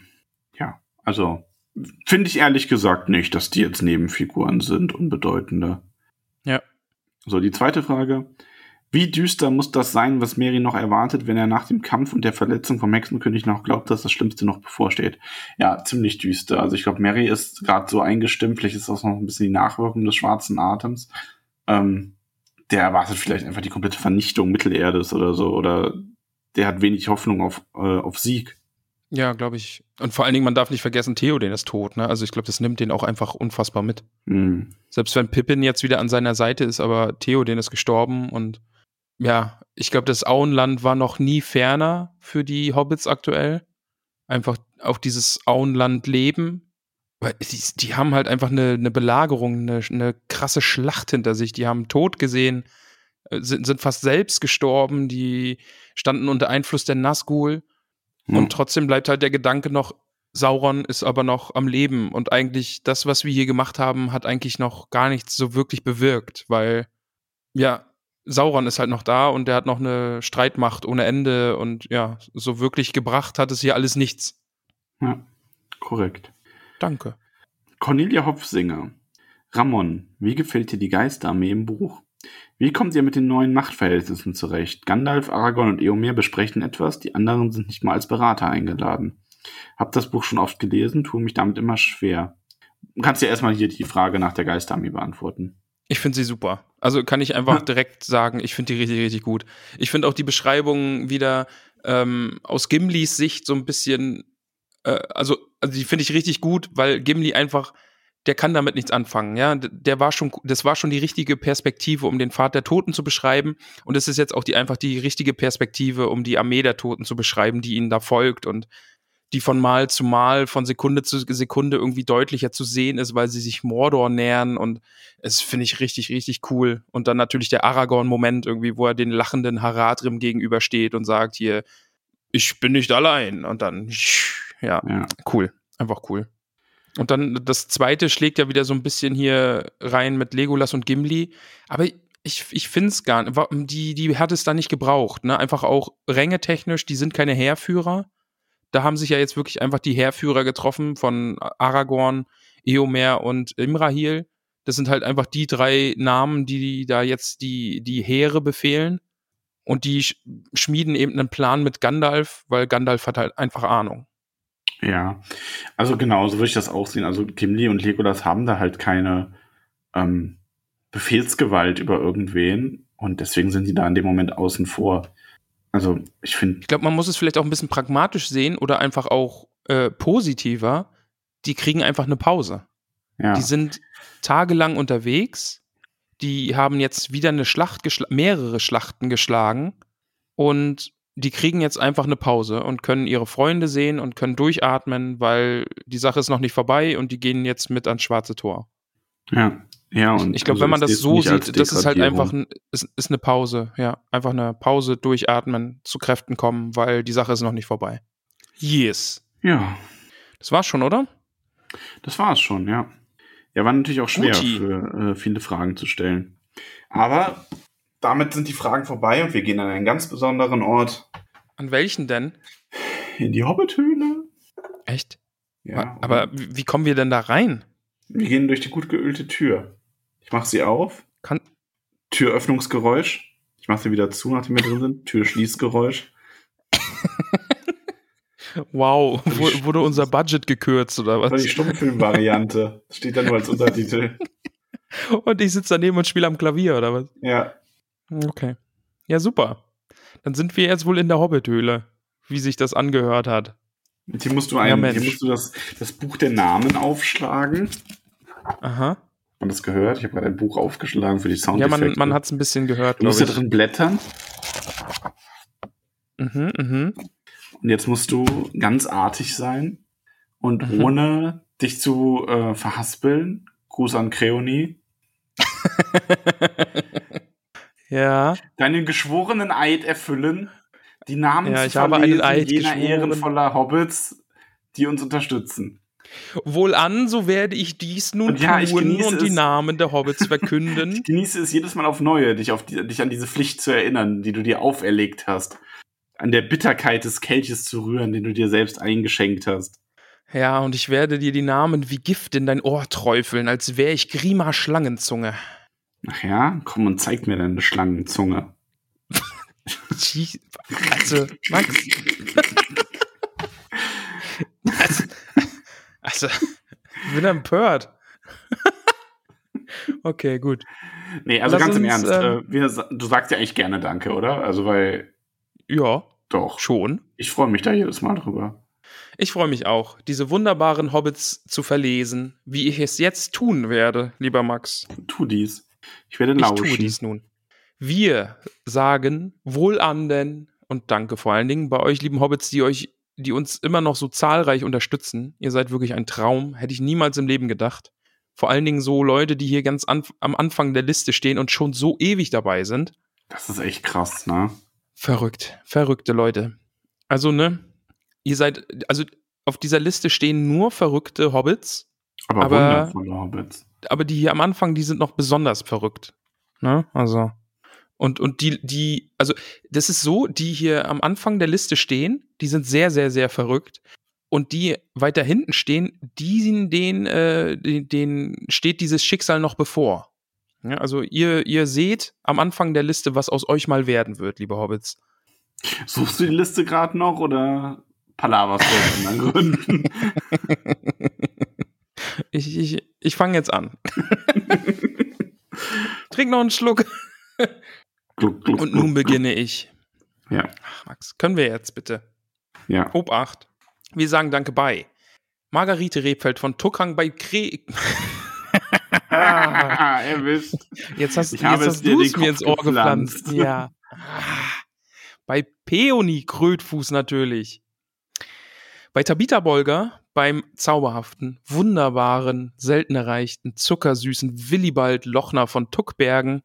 also finde ich ehrlich gesagt nicht, dass die jetzt Nebenfiguren sind, unbedeutende. Ja. So, die zweite Frage. Wie düster muss das sein, was Merry noch erwartet, wenn er nach dem Kampf und der Verletzung vom Hexenkönig noch glaubt, dass das Schlimmste noch bevorsteht? Ja, ziemlich düster. Also ich glaube, Merry ist gerade so eingestimmt, vielleicht ist das noch ein bisschen die Nachwirkung des schwarzen Atems. Der erwartet vielleicht einfach die komplette Vernichtung Mittelerdes oder so, oder der hat wenig Hoffnung auf Sieg. Ja, glaube ich. Und vor allen Dingen, man darf nicht vergessen, Theoden ist tot, ne? Also ich glaube, das nimmt den auch einfach unfassbar mit. Selbst wenn Pippin jetzt wieder an seiner Seite ist, aber Theoden ist gestorben und ja, ich glaube, das Auenland war noch nie ferner für die Hobbits aktuell. Einfach auch dieses Auenland-Leben. Weil die haben halt einfach eine Belagerung, eine krasse Schlacht hinter sich. Die haben Tod gesehen, sind fast selbst gestorben, die standen unter Einfluss der Nazgul. Und trotzdem bleibt halt der Gedanke noch, Sauron ist aber noch am Leben. Und eigentlich das, was wir hier gemacht haben, hat eigentlich noch gar nichts so wirklich bewirkt. Weil, ja, Sauron ist halt noch da und der hat noch eine Streitmacht ohne Ende. Und ja, so wirklich gebracht hat es hier alles nichts. Ja, korrekt. Danke. Cornelia Hopfsinger. Ramon, wie gefällt dir die Geisterarmee im Buch? Wie kommt ihr mit den neuen Machtverhältnissen zurecht? Gandalf, Aragorn und Eomer besprechen etwas, die anderen sind nicht mal als Berater eingeladen. Hab das Buch schon oft gelesen, tue mich damit immer schwer. Du kannst ja erstmal hier die Frage nach der Geisterarmee beantworten. Ich finde sie super. Also kann ich einfach direkt sagen, ich finde die richtig, richtig gut. Ich finde auch die Beschreibung wieder aus Gimlis Sicht so ein bisschen, also die finde ich richtig gut, weil Gimli einfach, der kann damit nichts anfangen, ja. Das war schon die richtige Perspektive, um den Pfad der Toten zu beschreiben. Und es ist jetzt auch die richtige Perspektive, um die Armee der Toten zu beschreiben, die ihnen da folgt und die von Mal zu Mal, von Sekunde zu Sekunde irgendwie deutlicher zu sehen ist, weil sie sich Mordor nähern. Und es finde ich richtig, richtig cool. Und dann natürlich der Aragorn-Moment irgendwie, wo er den lachenden Haradrim gegenübersteht und sagt hier, ich bin nicht allein. Und dann, ja, cool. Einfach cool. Und dann das zweite schlägt ja wieder so ein bisschen hier rein mit Legolas und Gimli. Aber ich finde es gar nicht. Die hat es da nicht gebraucht. Ne? Einfach auch rängetechnisch, die sind keine Heerführer. Da haben sich ja jetzt wirklich einfach die Heerführer getroffen von Aragorn, Eomer und Imrahil. Das sind halt einfach die 3 Namen, die da jetzt die Heere befehlen. Und die schmieden eben einen Plan mit Gandalf, weil Gandalf hat halt einfach Ahnung. Ja, also genau, so würde ich das auch sehen. Also Gimli und Legolas haben da halt keine Befehlsgewalt über irgendwen und deswegen sind die da in dem Moment außen vor. Also ich glaube, man muss es vielleicht auch ein bisschen pragmatisch sehen oder einfach auch positiver. Die kriegen einfach eine Pause. Ja. Die sind tagelang unterwegs. Die haben jetzt wieder eine mehrere Schlachten geschlagen und die kriegen jetzt einfach eine Pause und können ihre Freunde sehen und können durchatmen, weil die Sache ist noch nicht vorbei und die gehen jetzt mit ans Schwarze Tor. Ja, und ich glaube, wenn man das so sieht, das ist halt einfach ist eine Pause, ja, einfach eine Pause, durchatmen, zu Kräften kommen, weil die Sache ist noch nicht vorbei. Yes. Ja. Das war's schon, oder? Das war's schon, ja. Ja, war natürlich auch schwer für viele Fragen zu stellen. Aber damit sind die Fragen vorbei und wir gehen an einen ganz besonderen Ort. An welchen denn? In die Hobbithöhle. Echt? Ja. Aber wie kommen wir denn da rein? Wir gehen durch die gut geölte Tür. Ich mache sie auf. Türöffnungsgeräusch. Ich mache sie wieder zu, nachdem wir drin sind. Türschließgeräusch. Wow, wurde unser Budget gekürzt oder was? Das war die Stummfilm-Variante. Das steht da nur als Untertitel. Und ich sitze daneben und spiele am Klavier oder was? Ja. Okay. Ja, super. Dann sind wir jetzt wohl in der Hobbithöhle, wie sich das angehört hat. Hier musst du das Buch der Namen aufschlagen. Aha. Haben das gehört? Ich habe gerade ein Buch aufgeschlagen für die Soundeffekte. Ja, man hat es ein bisschen gehört, Du musst da drin blättern. Und jetzt musst du ganz artig sein und ohne dich zu verhaspeln. Gruß an Creoni. Ja. Deinen geschworenen Eid erfüllen, die Namen ja, zu verlesen jener ehrenvoller Hobbits, die uns unterstützen. Wohlan, so werde ich dies nun tun und die Namen der Hobbits verkünden. Ich genieße es jedes Mal auf Neue, dich an diese Pflicht zu erinnern, die du dir auferlegt hast. An der Bitterkeit des Kelches zu rühren, den du dir selbst eingeschenkt hast. Ja, und ich werde dir die Namen wie Gift in dein Ohr träufeln, als wäre ich Grima Schlangenzunge. Ach ja? Komm und zeig mir deine Schlangenzunge. Also, Max. Also, ich bin empört. Okay, gut. Nee, also ganz im Ernst. Du sagst ja eigentlich gerne Danke, oder? Also, weil... Ja, doch. Schon. Ich freue mich da jedes Mal drüber. Ich freue mich auch, diese wunderbaren Hobbits zu verlesen, wie ich es jetzt tun werde, lieber Max. Tu dies. Ich werde lauschen. Ich tue dies nun. Wir sagen wohlan denn und danke vor allen Dingen bei euch, lieben Hobbits, die uns immer noch so zahlreich unterstützen. Ihr seid wirklich ein Traum, hätte ich niemals im Leben gedacht. Vor allen Dingen so Leute, die hier ganz am Anfang der Liste stehen und schon so ewig dabei sind. Das ist echt krass, ne? Verrückte Leute. Also, ne, ihr seid, also auf dieser Liste stehen nur verrückte Hobbits. Aber wundervolle Hobbits. Aber die hier am Anfang, die sind noch besonders verrückt. Ne, also. Und also, das ist so, die hier am Anfang der Liste stehen, die sind sehr, sehr, sehr verrückt. Und die weiter hinten stehen, denen steht dieses Schicksal noch bevor. Ja, also ihr seht am Anfang der Liste, was aus euch mal werden wird, liebe Hobbits. Suchst du die Liste gerade noch oder palaverst du aus anderen Gründen? Ich fange jetzt an. Trink noch einen Schluck. Gluck, und nun beginne ich. Ja. Ach, Max, können wir jetzt bitte? Ja. Obacht. Wir sagen Danke bei Margarete Rebfeld von Tuckang bei Erwischt. Jetzt hast du es mir ins Ohr gepflanzt. Ja. Bei Peony Krötfuß natürlich. Bei Tabitha Bolger, beim zauberhaften, wunderbaren, selten erreichten, zuckersüßen Willibald Lochner von Tuckbergen.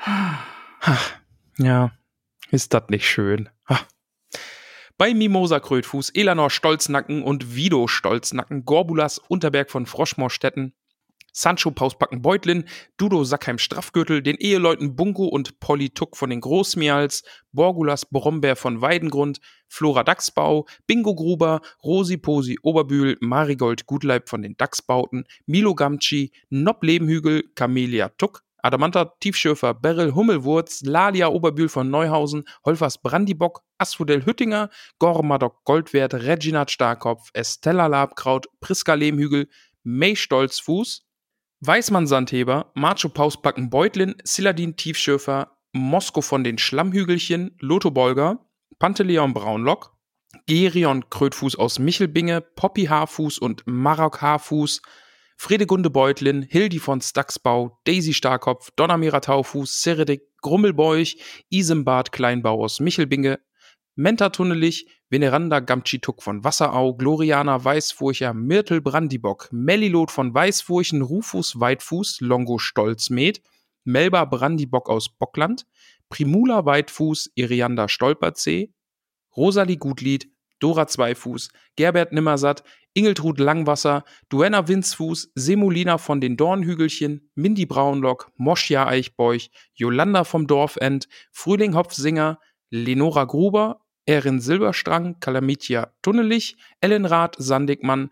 Ja, ist das nicht schön. Bei Mimosa Krötfuß, Elanor Stolznacken und Vido Stolznacken, Gorbulas Unterberg von Froschmorstetten, Sancho Pausbacken Beutlin, Dudo Sackheim Straffgürtel, den Eheleuten Bunko und Polly Tuck von den Großmials, Borgulas Brombeer von Weidengrund, Flora Dachsbau, Bingo Gruber, Rosi Posi Oberbühl, Marigold Gutleib von den Dachsbauten, Milo Gamci, Nob Lebenhügel, Camelia Tuck, Adamanta Tiefschürfer, Beryl Hummelwurz, Lalia Oberbühl von Neuhausen, Holfers Brandibock, Asphodel Hüttinger, Gormadok Goldwert, Reginald Starkopf, Estella Labkraut, Priska Lehmhügel, May Stolzfuß, Weißmann Sandheber, Macho Pausbacken Beutlin, Siladin Tiefschürfer, Mosko von den Schlammhügelchen, Lotho Bolger, Panteleon Braunlock, Gerion Krötfuß aus Michelbinge, Poppy Haarfuß und Marok Haarfuß, Fredegunde Beutlin, Hildi von Stacksbau, Daisy Starkopf, Donnermira Taufuß, Seredik Grummelbeuch, Isembart Kleinbau aus Michelbinge, Menta Tunnelich, Veneranda Gamtschituk von Wasserau, Gloriana Weißfurcher, Myrtle Brandibock, Mellilot von Weißfurchen, Rufus Weitfuß, Longo Stolzmed, Melba Brandibock aus Bockland, Primula Weitfuß, Irianda Stolperzee, Rosalie Gutlied, Dora Zweifuß, Gerbert Nimmersatt, Ingeltrud Langwasser, Duenna Winzfuß, Semolina von den Dornhügelchen, Mindy Braunlock, Moschia Eichbeuch, Jolanda vom Dorfend, Frühling Hopfsinger, Lenora Gruber, Erin Silberstrang, Kalamitia Tunnelich, Ellenrath Sandigmann,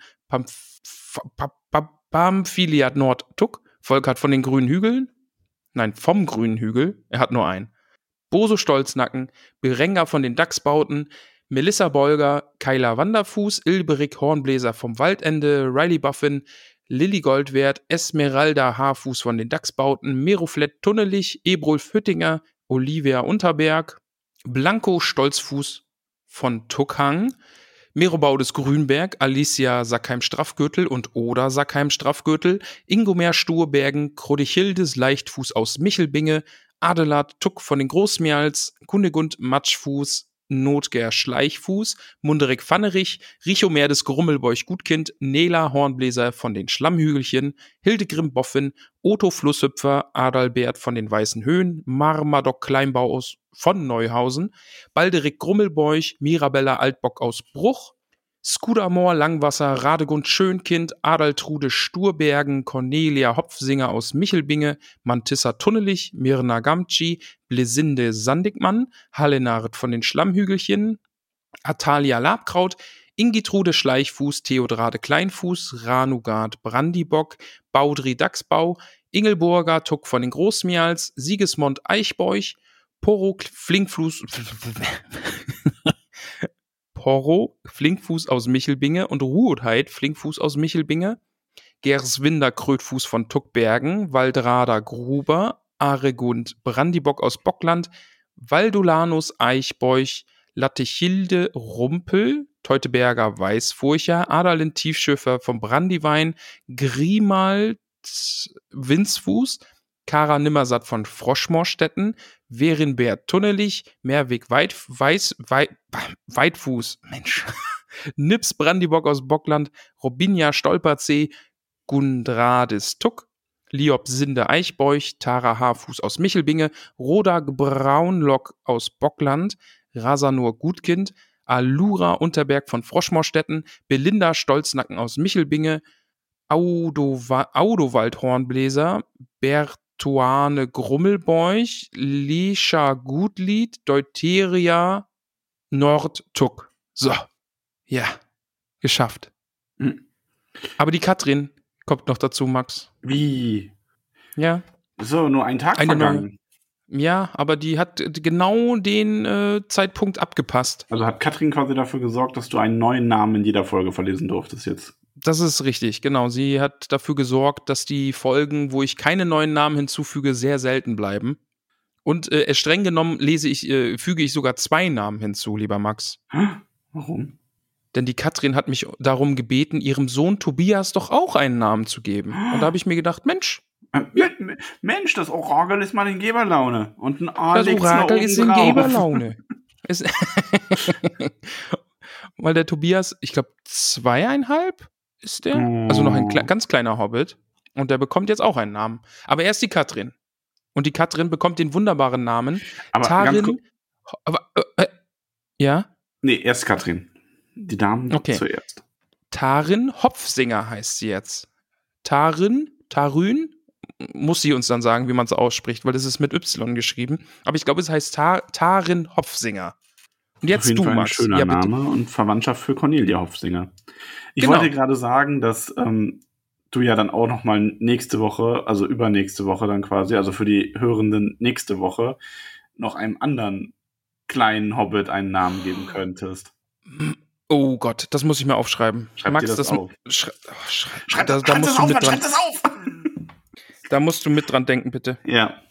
Pamphiliad Nord Tuck, Volkert von den Grünen Hügeln, nein, vom Grünen Hügel, er hat nur einen, Boso Stolznacken, Berenga von den Dachsbauten, Melissa Bolger, Kyla Wanderfuß, Ilberik Hornbläser vom Waldende, Riley Buffin, Lilly Goldwert, Esmeralda Haarfuß von den Dachsbauten, Meroflett Tunnelich, Ebrulf Hüttinger, Olivia Unterberg, Blanco Stolzfuß von Tuckhang, Merobaudes Grünberg, Alicia Sackheim-Straffgürtel und Oda Sackheim-Straffgürtel, Ingomer Sturbergen, Krodichildes Leichtfuß aus Michelbinge, Adelard Tuck von den Großmials, Kunigund Matschfuß, Notger Schleichfuß, Munderik Pfannerich, Richomer des Grummelbeuch Gutkind, Nela Hornbläser von den Schlammhügelchen, Hildegrim Boffin, Otto Flusshüpfer, Adalbert von den Weißen Höhen, Marmadoc Kleinbau aus von Neuhausen, Balderik Grummelbeuch, Mirabella Altbock aus Bruch, Skudamor Langwasser, Radegund Schönkind, Adaltrude Sturbergen, Cornelia Hopfsinger aus Michelbinge, Mantissa Tunnelich, Mirna Gamtschi, Blesinde Sandigmann, Hallenard von den Schlammhügelchen, Atalia Labkraut, Ingitrude Schleichfuß, Theodrade Kleinfuß, Ranugard Brandibock, Baudry Dachsbau, Ingelburger Tuck von den Großmials, Sigismund Eichbeuch, Porro Flinkfuß aus Michelbinge und Ruotheit Flinkfuß aus Michelbinge, Gerswinder Krötfuß von Tuckbergen, Waldrada Gruber, Aregund Brandibock aus Bockland, Valdolanus Eichbeuch, Lattichilde Rumpel, Teuteberger Weißfurcher, Adalin Tiefschöfer vom Brandiwein, Grimald Winzfuß, Kara Nimmersatt von Froschmorstetten, Werinbert Tunnelich, Meerweg Weitfuß, Mensch, Nips Brandibock aus Bockland, Robinia Stolperzee, Gundrades Tuck, Liop Sinde Eichbeuch, Tara Haarfuß aus Michelbinge, Roda Braunlock aus Bockland, Rasanur Gutkind, Alura Unterberg von Froschmorstetten, Belinda Stolznacken aus Michelbinge, Audowald Hornbläser, Bertuane Grummelbeuch, Lisha Gutlied, Deuteria Nordtuck. So, ja, geschafft. Aber die Katrin kommt noch dazu, Max. Wie? Ja. So, nur ein Tag vergangen. Ja, aber die hat genau den Zeitpunkt abgepasst. Also hat Katrin quasi dafür gesorgt, dass du einen neuen Namen in jeder Folge verlesen durftest jetzt. Das ist richtig, genau. Sie hat dafür gesorgt, dass die Folgen, wo ich keine neuen Namen hinzufüge, sehr selten bleiben. Und streng genommen füge ich sogar 2 Namen hinzu, lieber Max. Warum? Denn die Katrin hat mich darum gebeten, ihrem Sohn Tobias doch auch einen Namen zu geben. Und da habe ich mir gedacht, Mensch, das Orakel ist mal in Geberlaune. Und ein das Orakel ist in Geberlaune. Weil der Tobias, ich glaube, 2,5 ist der. Also noch ein ganz kleiner Hobbit. Und der bekommt jetzt auch einen Namen. Aber erst die Katrin. Und die Katrin bekommt den wunderbaren Namen aber Tarin. Ja? Nee, erst Katrin. Die Damen zuerst. Tarin Hopfsinger heißt sie jetzt. Taryn, muss sie uns dann sagen, wie man es ausspricht, weil das ist mit Y geschrieben. Aber ich glaube, es heißt Tarin Hopfsinger. Und jetzt auf jeden du, Fall Max. Ein schöner Name und Verwandtschaft für Cornelia Hopfsinger. Ich wollte gerade sagen, dass du ja dann auch noch mal nächste Woche, also übernächste Woche dann quasi, also für die Hörenden nächste Woche, noch einem anderen kleinen Hobbit einen Namen geben könntest. Oh Gott, das muss ich mir aufschreiben. Schreib Max, dir das auf. Schreib das auf! Da musst du mit dran denken, bitte. Ja.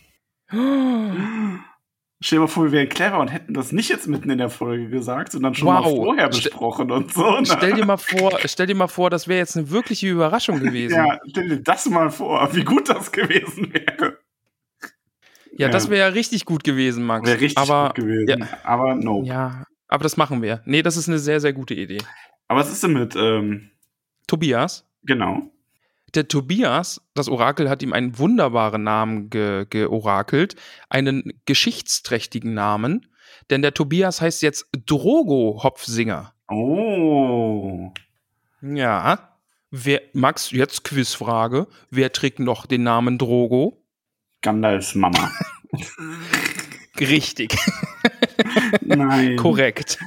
Stell dir mal vor, wir wären clever und hätten das nicht jetzt mitten in der Folge gesagt, sondern schon mal vorher besprochen und so. Ne? Stell dir mal vor, das wäre jetzt eine wirkliche Überraschung gewesen. Ja, stell dir das mal vor, wie gut das gewesen wäre. Ja, das wäre ja richtig gut gewesen, Max. Wäre richtig gut gewesen, aber no. Ja, aber das machen wir. Nee, das ist eine sehr, sehr gute Idee. Aber was ist denn mit Tobias? Genau. Der Tobias, das Orakel hat ihm einen wunderbaren Namen georakelt, einen geschichtsträchtigen Namen, denn der Tobias heißt jetzt Drogo Hopfsinger. Oh. Ja. Max, jetzt Quizfrage. Wer trägt noch den Namen Drogo? Gandalfs Mama. Richtig. Nein. Korrekt.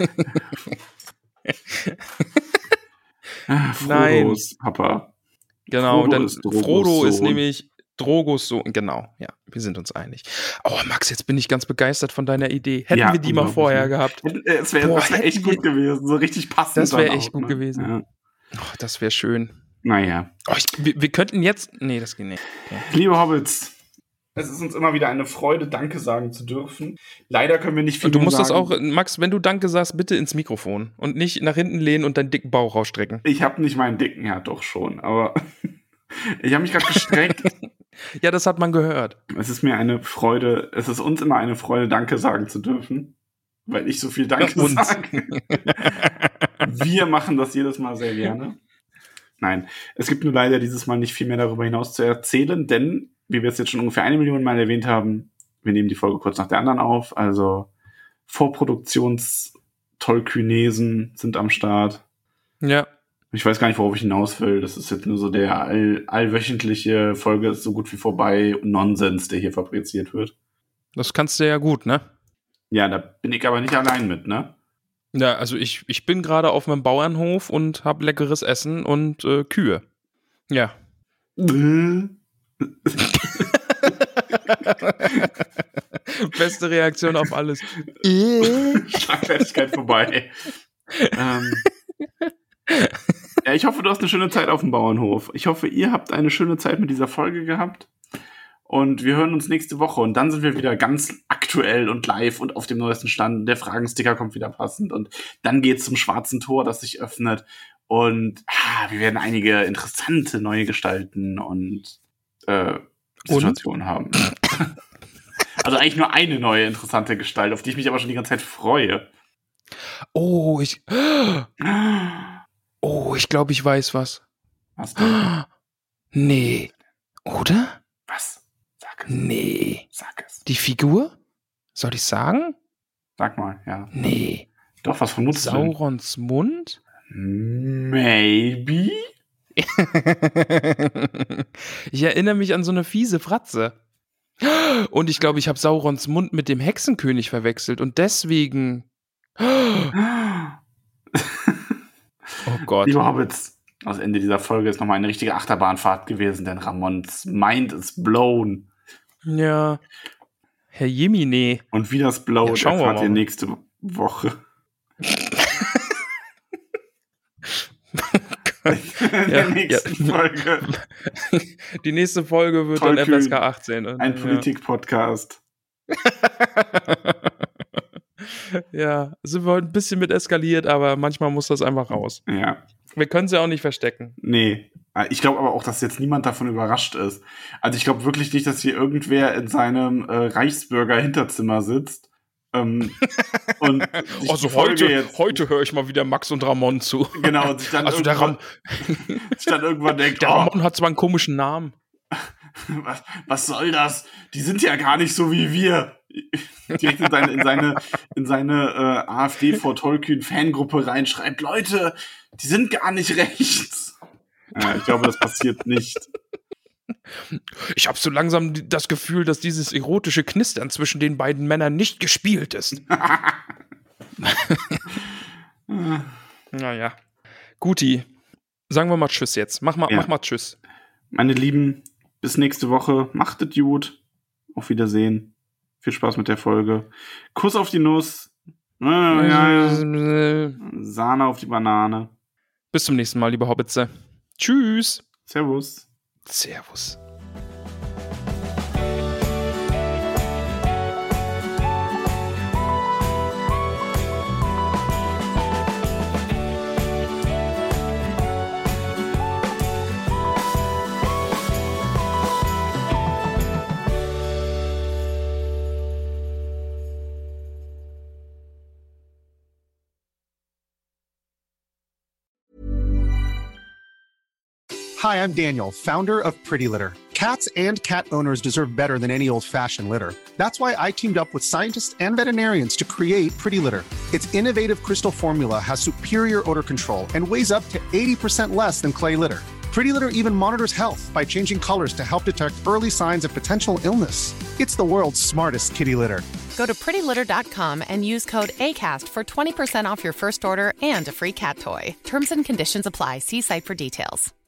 Frodos Papa. Genau, Frodo ist nämlich Drogos Sohn. Genau, ja, wir sind uns einig. Oh, Max, jetzt bin ich ganz begeistert von deiner Idee. Hätten wir die mal vorher gehabt. Es wäre echt gut gewesen, so richtig passend. Das wäre echt gut gewesen. Ja. Oh, das wäre schön. Naja. Oh, wir könnten jetzt... Nee, das geht nicht. Okay. Liebe Hobbits, Es ist uns immer wieder eine Freude, Danke sagen zu dürfen. Leider können wir nicht viel sagen. Und du musst sagen. Das auch, Max, wenn du Danke sagst, bitte ins Mikrofon und nicht nach hinten lehnen und deinen dicken Bauch rausstrecken. Ich habe nicht meinen dicken, ja doch schon, aber ich habe mich gerade gestreckt. Ja, das hat man gehört. Es ist uns immer eine Freude, Danke sagen zu dürfen, weil ich so viel Danke sage. Wir machen das jedes Mal sehr gerne. Nein, es gibt nur leider dieses Mal nicht viel mehr darüber hinaus zu erzählen, denn, wie wir es jetzt schon ungefähr 1 Million Mal erwähnt haben, wir nehmen die Folge kurz nach der anderen auf, also Vorproduktions-Tollkünesen sind am Start. Ja. Ich weiß gar nicht, worauf ich hinaus will. Das ist jetzt nur so der allwöchentliche Folge ist so gut wie vorbei Nonsens, der hier fabriziert wird. Das kannst du ja gut, ne? Ja, da bin ich aber nicht allein mit, ne? Ja, also ich bin gerade auf meinem Bauernhof und hab leckeres Essen und Kühe. Ja. Beste Reaktion auf alles. Schlagfertigkeit vorbei. Ja, ich hoffe, du hast eine schöne Zeit auf dem Bauernhof. Ich hoffe, ihr habt eine schöne Zeit mit dieser Folge gehabt. Und wir hören uns nächste Woche. Und dann sind wir wieder ganz aktuell und live und auf dem neuesten Stand. Der Fragensticker kommt wieder passend. Und dann geht's zum schwarzen Tor, das sich öffnet. Und wir werden einige interessante neue Gestalten und Situationen haben. Also eigentlich nur eine neue interessante Gestalt, auf die ich mich aber schon die ganze Zeit freue. Ich glaube, ich weiß was. Was denn? Nee. Oder? Was? Sag es. Nee. Sag es. Die Figur? Soll ich sagen? Sag mal, ja. Nee. Doch, was vermutest du? Saurons Mund? Maybe? Ich erinnere mich an so eine fiese Fratze. Und ich glaube, ich habe Saurons Mund mit dem Hexenkönig verwechselt und deswegen... Oh Gott. Lieber Hobbits, das Ende dieser Folge ist nochmal eine richtige Achterbahnfahrt gewesen, denn Ramons Mind ist blown. Ja. Herr Jemine. Und wie das blowt, erfahrt ihr nächste Woche. In der nächsten Folge. Die nächste Folge wird Tollkühn, dann FSK 18. Ein Politik-Podcast. Ja, sind wir heute ein bisschen mit eskaliert, aber manchmal muss das einfach raus. Ja. Wir können es ja auch nicht verstecken. Nee. Ich glaube aber auch, dass jetzt niemand davon überrascht ist. Also ich glaube wirklich nicht, dass hier irgendwer in seinem Reichsbürger-Hinterzimmer sitzt. Und also heute höre ich mal wieder Max und Ramon zu. Genau, und sich dann, also sich dann irgendwann denkt, der Ramon hat zwar einen komischen Namen. Was soll das? Die sind ja gar nicht so wie wir. Direkt in seine AfD vor Tollkühn Fangruppe reinschreibt, Leute, die sind gar nicht rechts. Ja, ich glaube, das passiert nicht. Ich habe so langsam das Gefühl, dass dieses erotische Knistern zwischen den beiden Männern nicht gespielt ist. Naja. Guti. Sagen wir mal Tschüss jetzt. Mach mal Tschüss. Meine Lieben, bis nächste Woche. Macht es gut. Auf Wiedersehen. Viel Spaß mit der Folge. Kuss auf die Nuss. Sahne auf die Banane. Bis zum nächsten Mal, liebe Hobbitze. Tschüss. Servus. Servus. Hi, I'm Daniel, founder of Pretty Litter. Cats and cat owners deserve better than any old-fashioned litter. That's why I teamed up with scientists and veterinarians to create Pretty Litter. Its innovative crystal formula has superior odor control and weighs up to 80% less than clay litter. Pretty Litter even monitors health by changing colors to help detect early signs of potential illness. It's the world's smartest kitty litter. Go to prettylitter.com and use code ACAST for 20% off your first order and a free cat toy. Terms and conditions apply. See site for details.